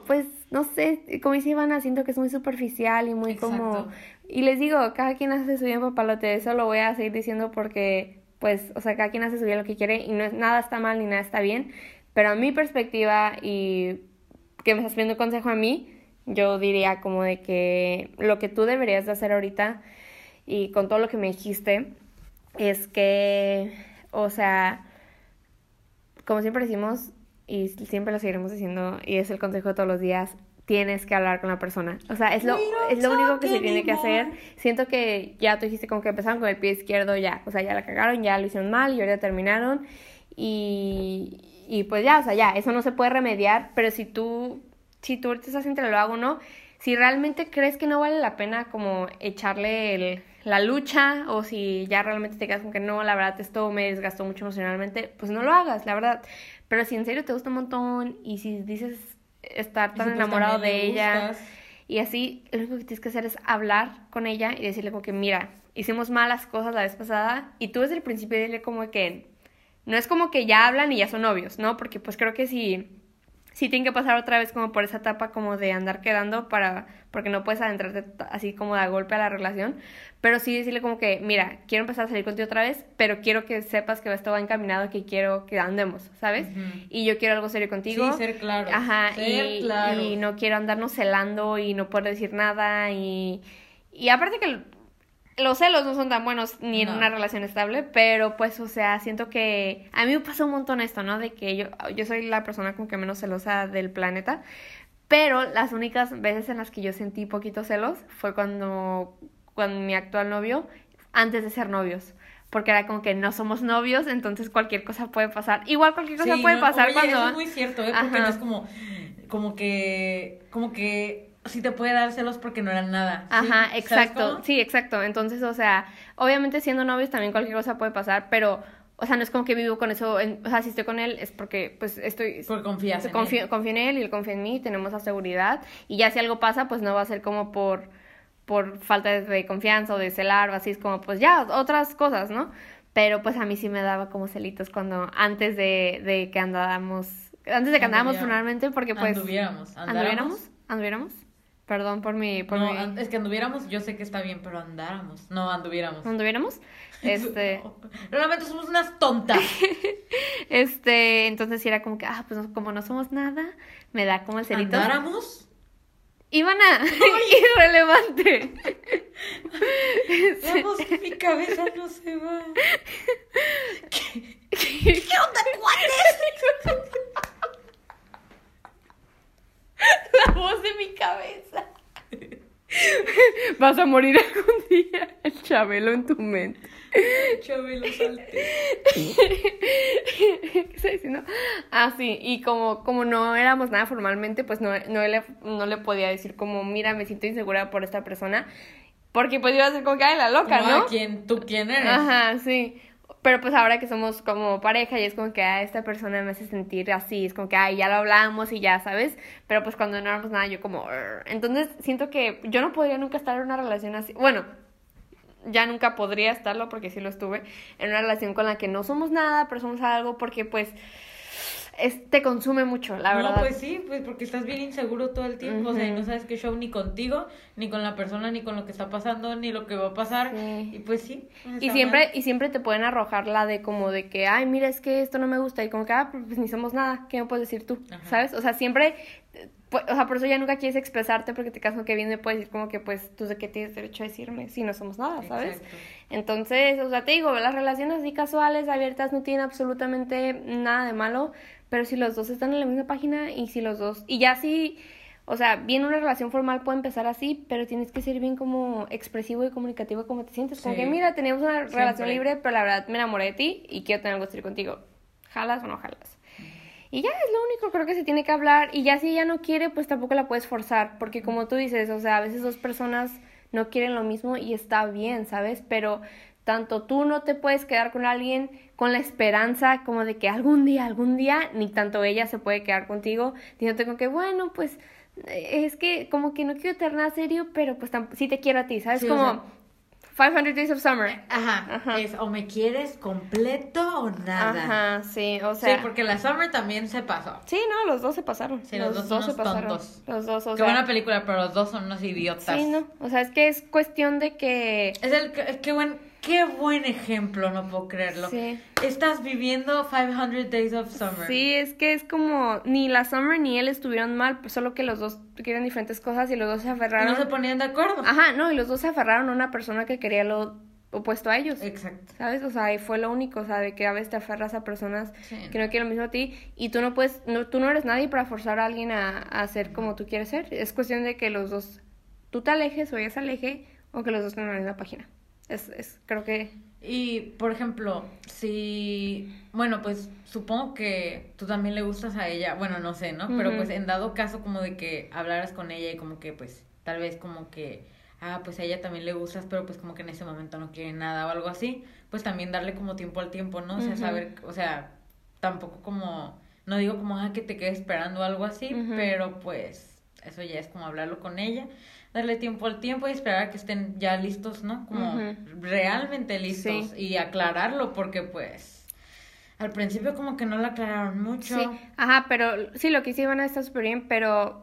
no sé, como dice Ivana, siento que es muy superficial y muy Exacto. como... Y les digo, cada quien hace su vida en papalote, eso lo voy a seguir diciendo porque, pues, o sea, cada quien hace su vida lo que quiere y no es, nada está mal ni nada está bien, pero a mi perspectiva y que me estás pidiendo consejo a mí, yo diría como de que lo que tú deberías de hacer ahorita y con todo lo que me dijiste es que, o sea, como siempre decimos y siempre lo seguiremos diciendo y es el consejo de todos los días, tienes que hablar con la persona. O sea, es lo, es lo único que se tiene que hacer. Siento que ya tú dijiste como que empezaron con el pie izquierdo, ya, o sea, ya la cagaron, ya lo hicieron mal y ahorita terminaron y, y pues ya, o sea, ya, eso no se puede remediar, pero si tú, si tú ahorita estás entre lo hago o no, si realmente crees que no vale la pena como echarle el, la lucha o si ya realmente te quedas con que no, la verdad esto me desgastó mucho emocionalmente, pues no lo hagas, la verdad. Pero si en serio te gusta un montón y si dices estar tan enamorado de ella y así, lo único que tienes que hacer es hablar con ella y decirle como que mira, hicimos malas cosas la vez pasada y tú desde el principio dile como que no es como que ya hablan y ya son novios, ¿no? Porque pues creo que si sí tienen que pasar otra vez como por esa etapa como de andar quedando para, porque no puedes adentrarte así como de golpe a la relación, pero sí decirle como que, mira, quiero empezar a salir contigo otra vez, pero quiero que sepas que esto va encaminado, que quiero que andemos, ¿sabes? Uh-huh. Y yo quiero algo serio contigo. Sí, ser claro. Ajá, ser y, claro. y no quiero andarnos celando y no poder decir nada y, y aparte que los celos no son tan buenos ni en no. una relación estable, pero pues, o sea, siento que a mí me pasó un montón esto, ¿no? De que yo, yo soy la persona como que menos celosa del planeta, pero las únicas veces en las que yo sentí poquito celos fue cuando, con mi actual novio, antes de ser novios. Porque era como que no somos novios, entonces cualquier cosa puede pasar. Igual cualquier cosa sí, puede no, pasar oye, cuando... Eso es muy cierto, ¿eh? Porque Ajá. no es como, como que, como que sí te puede dar celos porque no eran nada. Ajá, ¿sí? exacto, sí, exacto. Entonces, o sea, obviamente siendo novios también cualquier cosa puede pasar, pero, o sea, no es como que vivo con eso, en, o sea, si estoy con él es porque, pues, estoy... Porque confías en confío, él. Confío en él y él confía en mí, tenemos la seguridad, y ya si algo pasa, pues no va a ser como por, por falta de confianza o de celar o así, es como, pues ya, otras cosas, ¿no? Pero, pues, a mí sí me daba como celitos cuando, antes de, de que andábamos, antes de que andábamos formalmente, porque, pues... Anduviéramos, ¿Anduviéramos? ¿Anduviéramos? Perdón por mi... Por no, mi... es que anduviéramos, yo sé que está bien, pero andáramos. No, anduviéramos. ¿Anduviéramos? Este... no. Realmente somos unas tontas. este, entonces sí era como que, ah, pues como no somos nada, me da como el celito. ¿Andáramos? Ivana, irrelevante. La voz en mi cabeza no se va. ¿Qué, ¿Qué, ¿Qué onda, cuates? La voz de mi cabeza. Vas a morir algún día. El Chabelo en tu mente. El Chabelo salte. ¿Qué estoy diciendo? Ah, sí. Y como, como no éramos nada formalmente, pues no, no, le, no le podía decir como, mira, me siento insegura por esta persona. Porque pues iba a ser como que, ay, la loca, como, ¿no? ¿Quién, ¿Tú quién eres? Ajá, sí. Pero pues ahora que somos como pareja y es como que ah, esta persona me hace sentir así, es como que ay, ya lo hablamos y ya, ¿sabes? Pero pues cuando no éramos nada yo como... Urgh. Entonces siento que yo no podría nunca estar en una relación así. Bueno, ya nunca podría estarlo porque sí lo estuve. En una relación con la que no somos nada, pero somos algo porque pues... Es, te consume mucho, la verdad. No, pues sí, pues porque estás bien inseguro todo el tiempo, uh-huh. O sea, y no sabes qué show ni contigo, ni con la persona, ni con lo que está pasando, ni lo que va a pasar, sí. Y pues sí. Y siempre, mal. y siempre te pueden arrojar la de como de que, ay, mira, es que esto no me gusta, y como que, ah, pues ni somos nada, ¿qué me puedes decir tú? Ajá. ¿Sabes? O sea, siempre, pues, o sea, por eso ya nunca quieres expresarte, porque te caso que bien me puedes decir como que, pues, tú de qué tienes derecho a decirme si no somos nada, ¿sabes? Exacto. Entonces, o sea, te digo, las relaciones así casuales, abiertas, no tienen absolutamente nada de malo. Pero si los dos están en la misma página y si los dos... Y ya si, o sea, bien una relación formal puede empezar así, pero tienes que ser bien como expresivo y comunicativo como te sientes. Sí. Como que, mira, teníamos una Siempre. relación libre, pero la verdad me enamoré de ti y quiero tener algo serio contigo. ¿Jalas o no jalas? Mm. Y ya es lo único, creo que se tiene que hablar. Y ya si ella no quiere, pues tampoco la puedes forzar. Porque como tú dices, o sea, a veces dos personas no quieren lo mismo y está bien, ¿sabes? Pero... Tanto tú no te puedes quedar con alguien con la esperanza como de que algún día, algún día, ni tanto ella se puede quedar contigo, diciéndote como que, bueno, pues, es que como que no quiero tener nada serio, pero pues tamp- sí te quiero a ti, ¿sabes? Sí, como, o sea, quinientos Days of Summer. Ajá, Ajá. Es o me quieres completo o nada. Ajá, sí, o sea. Sí, porque la Summer también se pasó. Sí, no, los dos se pasaron. Sí, los, los dos, dos son se pasaron. tontos. Los dos, o Qué sea. buena película, pero los dos son unos idiotas. Sí, no, o sea, es que es cuestión de que... Es el, qué buen, qué buen ejemplo, no puedo creerlo. Sí. Estás viviendo quinientos Days of Summer. Sí, es que es como, ni la Summer ni él estuvieron mal, pues solo que los dos querían diferentes cosas y los dos se aferraron. Y no se ponían de acuerdo. Ajá, no, y los dos se aferraron a una persona que quería lo opuesto a ellos. Exacto. ¿Sabes? O sea, y fue lo único, o sea, de que a veces te aferras a personas sí. que no quieren lo mismo a ti y tú no puedes, no, tú no eres nadie para forzar a alguien a, a ser como tú quieres ser. Es cuestión de que los dos, tú te alejes o ella se aleje o que los dos tengan la misma página. Es, es, creo que... Y, por ejemplo, si... Bueno, pues, supongo que tú también le gustas a ella. Bueno, no sé, ¿no? Uh-huh. Pero, pues, en dado caso como de que hablaras con ella y como que, pues, tal vez como que... Ah, pues a ella también le gustas, pero pues como que en ese momento no quiere nada o algo así. Pues también darle como tiempo al tiempo, ¿no? O sea, uh-huh. saber... O sea, tampoco como... No digo como, ah, que te quede esperando o algo así. Uh-huh. Pero, pues, eso ya es como hablarlo con ella. Darle tiempo al tiempo y esperar a que estén ya listos, ¿no? Como uh-huh. realmente listos. Sí. Y aclararlo porque, pues, al principio como que no lo aclararon mucho. Sí, ajá, pero sí, lo que sí van a estar súper bien, pero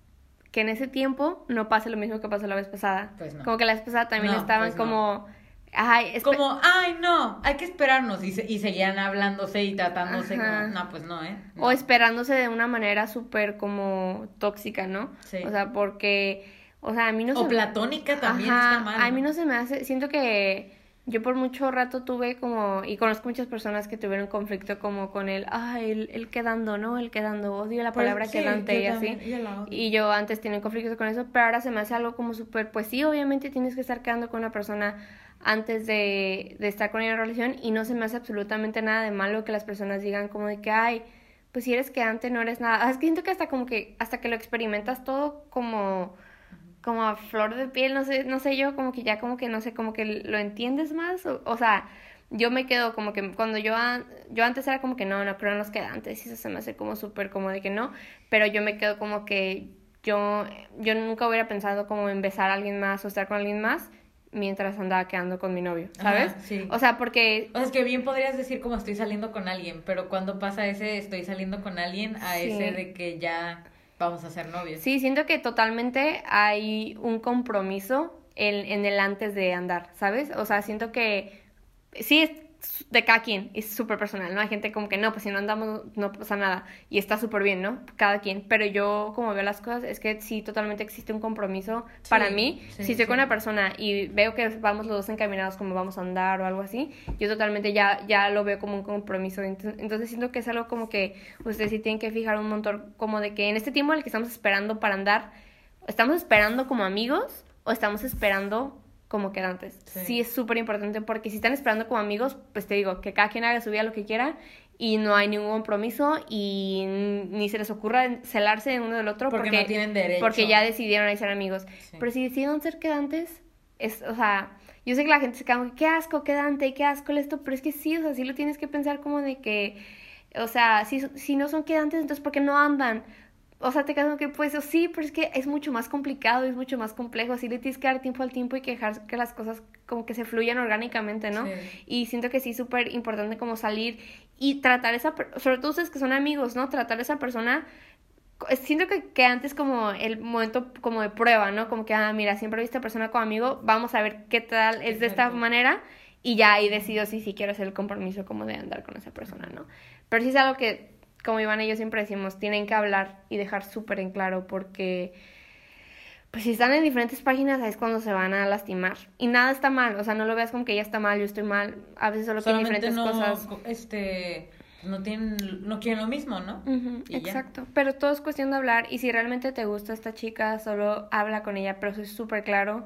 que en ese tiempo no pase lo mismo que pasó la vez pasada. Pues no. Como que la vez pasada también no, estaban pues como... No. Ajá, espe- como, ay, no, hay que esperarnos. Y, se, y seguían hablándose y tratándose ajá. como, no, pues no, ¿eh? No. O esperándose de una manera súper como tóxica, ¿no? Sí. O sea, porque... O sea, a mí no o se... platónica también Ajá, está mal. A mí no se me hace... Siento que yo por mucho rato tuve como... Y conozco muchas personas que tuvieron conflicto como con el... Ay, el, el quedando, ¿no? El quedando. Odio la palabra pues, sí, quedante y también, así. yo y yo antes tenía conflictos con eso, pero ahora se me hace algo como súper... Pues sí, obviamente tienes que estar quedando con una persona antes de, de estar con ella en relación y no se me hace absolutamente nada de malo que las personas digan como de que... Ay, pues si eres quedante no eres nada. Es que siento que hasta como que... Hasta que lo experimentas todo como... como a flor de piel, no sé, no sé yo, como que ya como que, no sé, como que lo entiendes más, o, o sea, yo me quedo como que cuando yo, yo antes era como que no, no creo en los quedantes, y eso se me hace como súper como de que no, pero yo me quedo como que yo, yo nunca hubiera pensado como en besar a alguien más o estar con alguien más mientras andaba quedando con mi novio, ¿sabes? Ajá, sí. O sea, porque... O sea, es que bien podrías decir como estoy saliendo con alguien, pero cuando pasa ese estoy saliendo con alguien a sí. ese de que ya... Vamos a ser novios. Sí, siento que totalmente hay un compromiso en, en el antes de andar, ¿sabes? O sea, siento que sí es de cada quien, es súper personal, ¿no? Hay gente como que no, pues si no andamos no pasa nada y está súper bien, ¿no? Cada quien, pero yo como veo las cosas es que sí, totalmente existe un compromiso sí, para mí. Sí, si estoy sí. con una persona y veo que vamos los dos encaminados como vamos a andar o algo así, yo totalmente ya, ya lo veo como un compromiso. Entonces, entonces siento que es algo como que ustedes sí tienen que fijar un montón como de que en este tiempo en el que estamos esperando para andar, ¿estamos esperando como amigos o estamos esperando como quedantes? Sí, sí es súper importante porque si están esperando como amigos, pues te digo, que cada quien haga su vida lo que quiera y no hay ningún compromiso y ni se les ocurra celarse de uno del otro porque, porque no tienen derecho. Porque ya decidieron ahí ser amigos. Sí. Pero si decidieron ser quedantes, es, o sea, yo sé que la gente se queda, qué asco, quedante, qué asco esto, pero es que sí, o sea, sí lo tienes que pensar como de que, o sea, si, si no son quedantes, entonces ¿por qué no andan? O sea, te quedas como que, pues, sí, pero es que es mucho más complicado, es mucho más complejo. Así le tienes que dar tiempo al tiempo y que dejar que las cosas como que se fluyan orgánicamente, ¿no? Sí. Y siento que sí es súper importante como salir y tratar esa... Sobre todo ustedes que son amigos, ¿no? Tratar a esa persona... Siento que, que antes como el momento como de prueba, ¿no? Como que, ah, mira, siempre he visto a esta persona como amigo, vamos a ver qué tal es Exacto. de esta manera y ya ahí decido si sí quiero hacer el compromiso como de andar con esa persona, ¿no? Pero sí es algo que... Como Iván y yo siempre decimos, tienen que hablar y dejar súper en claro porque pues si están en diferentes páginas es cuando se van a lastimar. Y nada está mal, o sea, no lo veas como que ella está mal, yo estoy mal, a veces solo tienen diferentes no, cosas. este, no tienen, no quieren lo mismo, ¿no? Uh-huh, exacto, ya. Pero todo es cuestión de hablar y si realmente te gusta esta chica, solo habla con ella, pero eso es súper claro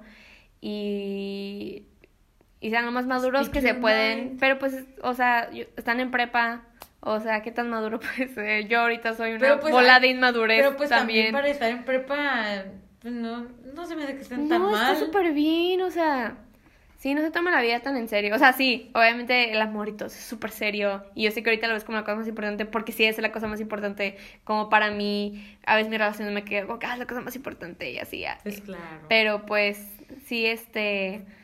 y... Y sean lo más maduros Speak que se pueden, mind. Pero pues, o sea, están en prepa... O sea, ¿qué tan maduro puede ser? Yo ahorita soy una pues, bola de inmadurez pero pues también. también para estar en prepa, pues no, no se me hace que estén no, tan mal. No, está súper bien, o sea, sí, no se toma la vida tan en serio. O sea, sí, obviamente el amorito es súper serio. Y yo sé que ahorita lo ves como la cosa más importante, porque sí es la cosa más importante como para mí. A veces mi relación me queda como que ah, es la cosa más importante y así. Es claro. Pero pues, sí, este...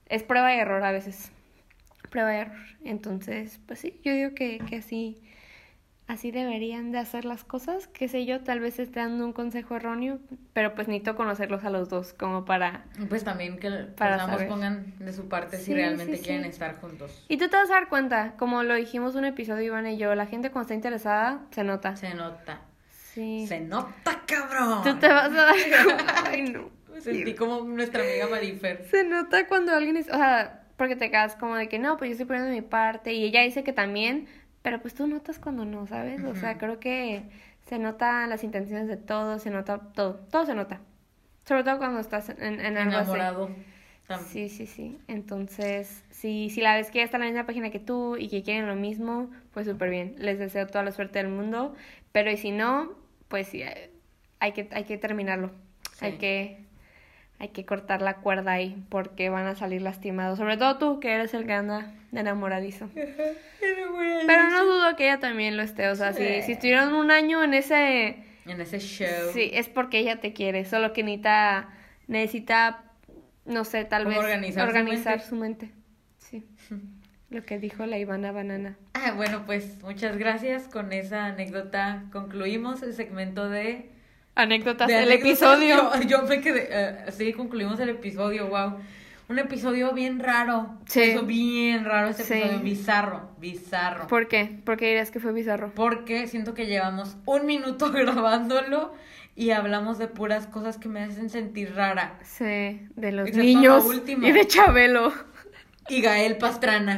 es prueba y error a veces. Prueba y error. Entonces, pues sí, yo digo que, que así, así deberían de hacer las cosas. Qué sé yo, tal vez esté dando un consejo erróneo, pero pues necesito conocerlos a los dos como para... Pues también que pues, para ambos saber. pongan de su parte Sí, si realmente sí, quieren sí. estar juntos. Y tú te vas a dar cuenta, como lo dijimos en un episodio, Iván y yo, la gente cuando está interesada, se nota. Se nota. Sí. Se nota, cabrón. Tú te vas a dar cuenta. Ay, no. Me sentí como nuestra amiga Marifer. Se nota cuando alguien es, o sea, porque te quedas como de que no, pues yo estoy poniendo mi parte y ella dice que también, pero pues tú notas cuando no, ¿sabes? O sea, creo que se notan las intenciones de todos, se nota todo, todo se nota. Sobre todo cuando estás en, en algo así. Enamorado. Sí, sí, sí. Entonces, si, si la ves que ya está en la misma página que tú y que quieren lo mismo, pues súper bien. Les deseo toda la suerte del mundo. Pero y si no, pues sí, hay que, hay que terminarlo. Sí. Hay que, hay que cortar la cuerda ahí porque van a salir lastimados. Sobre todo tú, que eres el que anda de enamoradizo. Pero no dudo que ella también lo esté. O sea, Sí. si, si estuvieron un año en ese... En ese show. Sí, es porque ella te quiere. Solo que necesita, necesita no sé, tal ¿Cómo vez organizar su organizar mente? su mente. Sí. Lo que dijo la Ivana Banana. Ah, bueno, pues muchas gracias. Con esa anécdota concluimos el segmento de... Anécdotas de del anécdotas. episodio. Yo, yo me quedé... eh, sí, concluimos el episodio, wow. Un episodio bien raro. Sí. Eso, bien raro este Sí. episodio. Bizarro, bizarro. ¿Por qué? ¿Por qué dirías que fue bizarro? Porque siento que llevamos un minuto grabándolo y hablamos de puras cosas que me hacen sentir rara. Sí, de los Excepto niños la última. y de Chabelo. Y Gael Pastrana.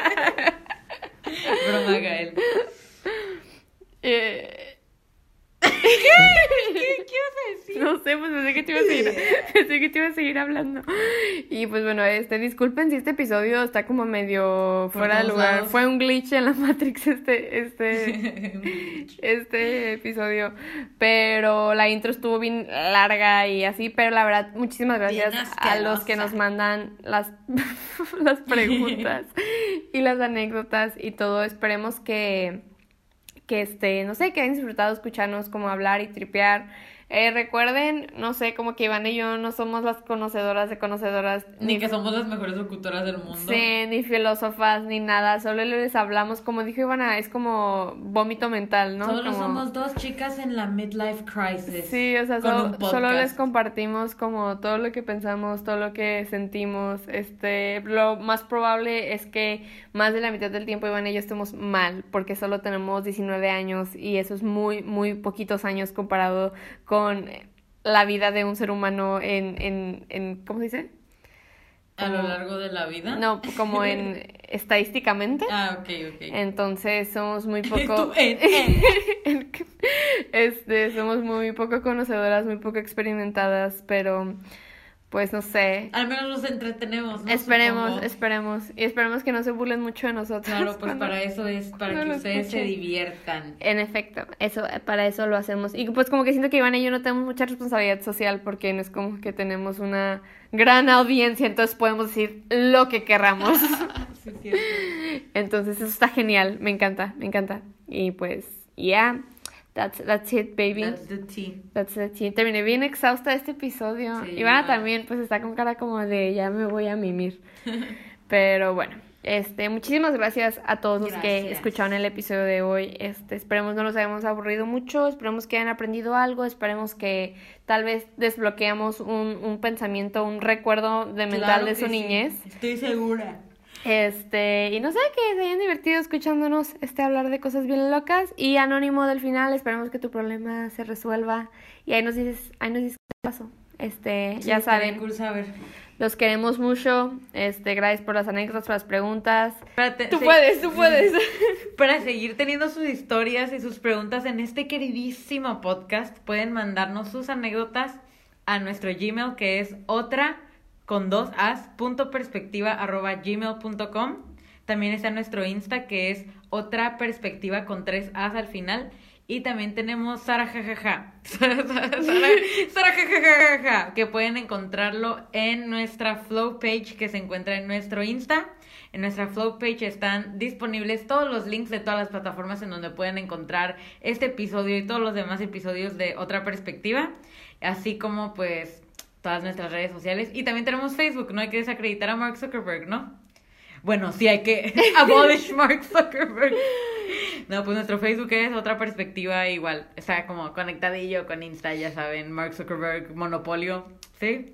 Broma, Gael. Eh, ¿Qué? ¿Qué ibas a decir? No sé, pues pensé que te iba a seguir, pensé que te iba a seguir hablando. Y pues bueno, este, disculpen si este episodio está como medio Por fuera de todos lugar. lados. Fue un glitch en la Matrix este, este, este episodio. Pero la intro estuvo bien larga y así, pero la verdad, muchísimas gracias Bien a los que asquerosa. nos mandan las, las preguntas y las anécdotas y todo. Esperemos que que este, no sé, que hayan disfrutado escucharnos como hablar y tripear. Eh, recuerden, no sé, como que Iván y yo no somos las conocedoras de conocedoras. Ni que somos las mejores locutoras del mundo. Sí, ni filósofas, ni nada. Solo les hablamos, como dijo Ivana, es como vómito mental, ¿no? Solo Como... somos dos chicas en la midlife crisis. Sí, o sea, con solo, un podcast. solo les compartimos como todo lo que pensamos, todo lo que sentimos. Este, lo más probable es que más de la mitad del tiempo Iván y yo estemos mal, porque solo tenemos diecinueve años y eso es muy, muy poquitos años comparado con la vida de un ser humano en, en, en ¿cómo se dice? A lo Como- largo de la vida. No, como en estadísticamente. Ah, ok, ok. Entonces somos muy poco Tú, en, en. este somos muy poco conocedoras, muy poco experimentadas, pero pues no sé. Al menos nos entretenemos, ¿no? Esperemos, Supongo. esperemos y esperemos que no se burlen mucho de nosotros. Claro, pues cuando- para eso es, para no que lo ustedes se escuchen. diviertan. En efecto, eso, para eso lo hacemos. Y pues como que siento que Iván y yo no tenemos mucha responsabilidad social porque no es como que tenemos una gran audiencia, entonces podemos decir lo que querramos. Sí, es cierto. Entonces eso está genial, me encanta, me encanta. Y pues, yeah, that's, that's it, baby. That's the tea. That's it. Terminé bien exhausta de este episodio. Sí, Ivana igual. también, pues está con cara como de ya me voy a mimir. Pero bueno, este, muchísimas gracias a todos los que Gracias. escucharon el episodio de hoy. Este, esperemos no nos hayamos aburrido mucho, esperemos que hayan aprendido algo, esperemos que tal vez desbloqueamos un, un pensamiento, un recuerdo de mental Claro de que su sí. niñez. Estoy segura. Este, y no sé, que se hayan divertido escuchándonos este hablar de cosas bien locas. Y Anónimo del final, esperemos que tu problema se resuelva. Y ahí nos dices, ahí nos dices qué pasó. Este, Sí, ya estaría saben, cool saber. los queremos mucho. Este, gracias por las anécdotas, por las preguntas. Espérate, Tú sí. puedes, tú puedes. Para seguir teniendo sus historias y sus preguntas en este queridísimo podcast, pueden mandarnos sus anécdotas a nuestro Gmail, que es otra con dos as punto perspectiva arroba gmail punto com. También está nuestro Insta, que es otra perspectiva con tres as al final. Y también tenemos Sara jajaja. Sara, Sara, Sara, Sara jajajaja, que pueden encontrarlo en nuestra Flow page que se encuentra en nuestro Insta. En nuestra Flow page están disponibles todos los links de todas las plataformas en donde pueden encontrar este episodio y todos los demás episodios de Otra Perspectiva. Así como pues todas nuestras redes sociales. Y también tenemos Facebook, no hay que desacreditar a Mark Zuckerberg, ¿no? Bueno, sí hay que abolish Mark Zuckerberg. No, pues nuestro Facebook es Otra Perspectiva, igual. Está como conectadillo con Insta, ya saben. Mark Zuckerberg, monopolio, ¿sí?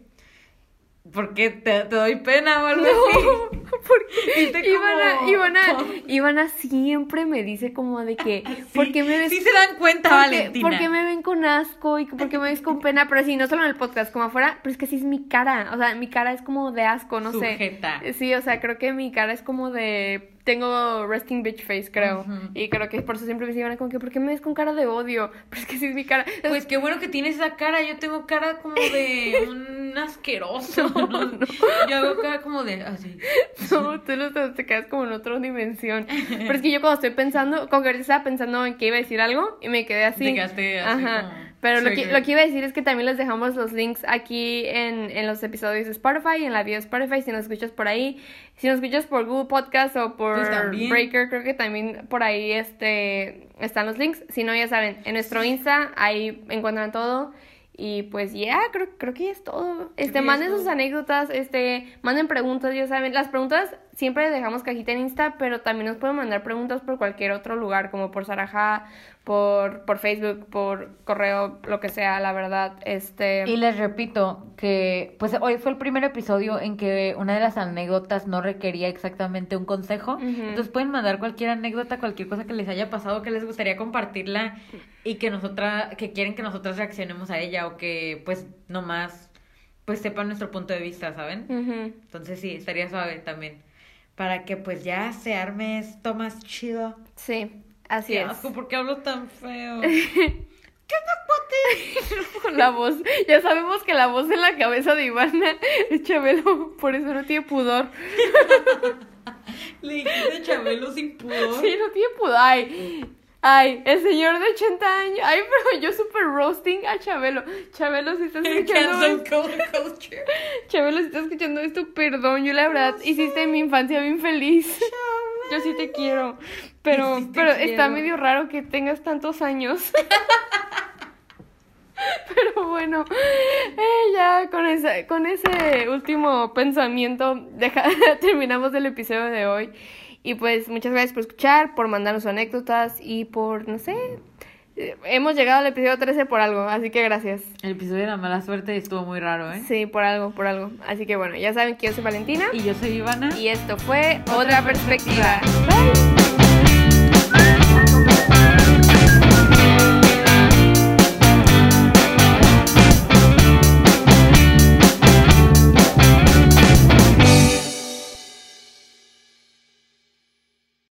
¿Por qué te, te doy pena o algo así? No, porque Ivana, como... Ivana, Ivana siempre me dice como de que, sí, ¿por qué me ves? Sí se dan cuenta, porque, Valentina. ¿Por qué me ven con asco y por qué me ves con pena? Pero sí, no solo en el podcast, como afuera, pero es que sí es mi cara, o sea, mi cara es como de asco, no Sujeta. sé. Sí, o sea, creo que mi cara es como de... Tengo resting bitch face, creo. Uh-huh. Y creo que por eso siempre me dicen como que, ¿por qué me ves con cara de odio? Pero es que sí es mi cara. Pues qué bueno que tienes esa cara. Yo tengo cara como de un asqueroso. No, no. No. Yo hago cara como de así. No, tú lo, te quedas como en otra dimensión. Pero es que yo cuando estoy pensando, como que ahorita estaba pensando en que iba a decir algo y me quedé así. Te quedaste así. Ajá. Como... Pero lo que, lo que iba a decir es que también les dejamos los links aquí en, en los episodios de Spotify, en la vida de Spotify, si nos escuchas por ahí. Si nos escuchas por Google Podcast o por pues Breaker, creo que también por ahí este están los links. Si no, ya saben, en nuestro Insta, ahí encuentran todo. Y pues ya, yeah, creo, creo que ya es todo. Este, manden sus anécdotas, este, manden preguntas, ya saben. Las preguntas siempre dejamos cajita en Insta, pero también nos pueden mandar preguntas por cualquier otro lugar, como por Sarajá, por, por Facebook, por correo, lo que sea, la verdad. Este... Y les repito que pues hoy fue el primer episodio en que una de las anécdotas no requería exactamente un consejo. Uh-huh. Entonces pueden mandar cualquier anécdota, cualquier cosa que les haya pasado, que les gustaría compartirla y que nosotras, que quieren que nosotras reaccionemos a ella o que pues nomás pues sepan nuestro punto de vista, ¿saben? Uh-huh. Entonces sí, estaría suave también. Para que pues ya se arme esto más chido. Sí. Así Qué es. asco, ¿por qué hablo tan feo? ¿Qué onda, Con la voz. Ya sabemos que la voz en la cabeza de Ivana es Chabelo, por eso no tiene pudor. Le dijiste Chabelo sin pudor. Sí, no tiene pudor. Ay, ay, el señor de ochenta años. Ay, pero yo super roasting a Chabelo. Chabelo, si estás escuchando esto. Chabelo, si estás escuchando esto, perdón. Yo la verdad hiciste mi infancia bien feliz. Yo sí te quiero, pero, sí te pero quiero. Está medio raro que tengas tantos años. Pero bueno, eh, ya con ese, con ese último pensamiento deja, terminamos el episodio de hoy. Y pues muchas gracias por escuchar, por mandarnos anécdotas y por, no sé, eh, hemos llegado al episodio trece por algo, así que gracias. El episodio de la mala suerte estuvo muy raro, ¿eh? Sí, por algo, por algo. Así que bueno, ya saben que yo soy Valentina. Y yo soy Ivana. Y esto fue Otra, Otra Perspectiva. Perspectiva. Bye.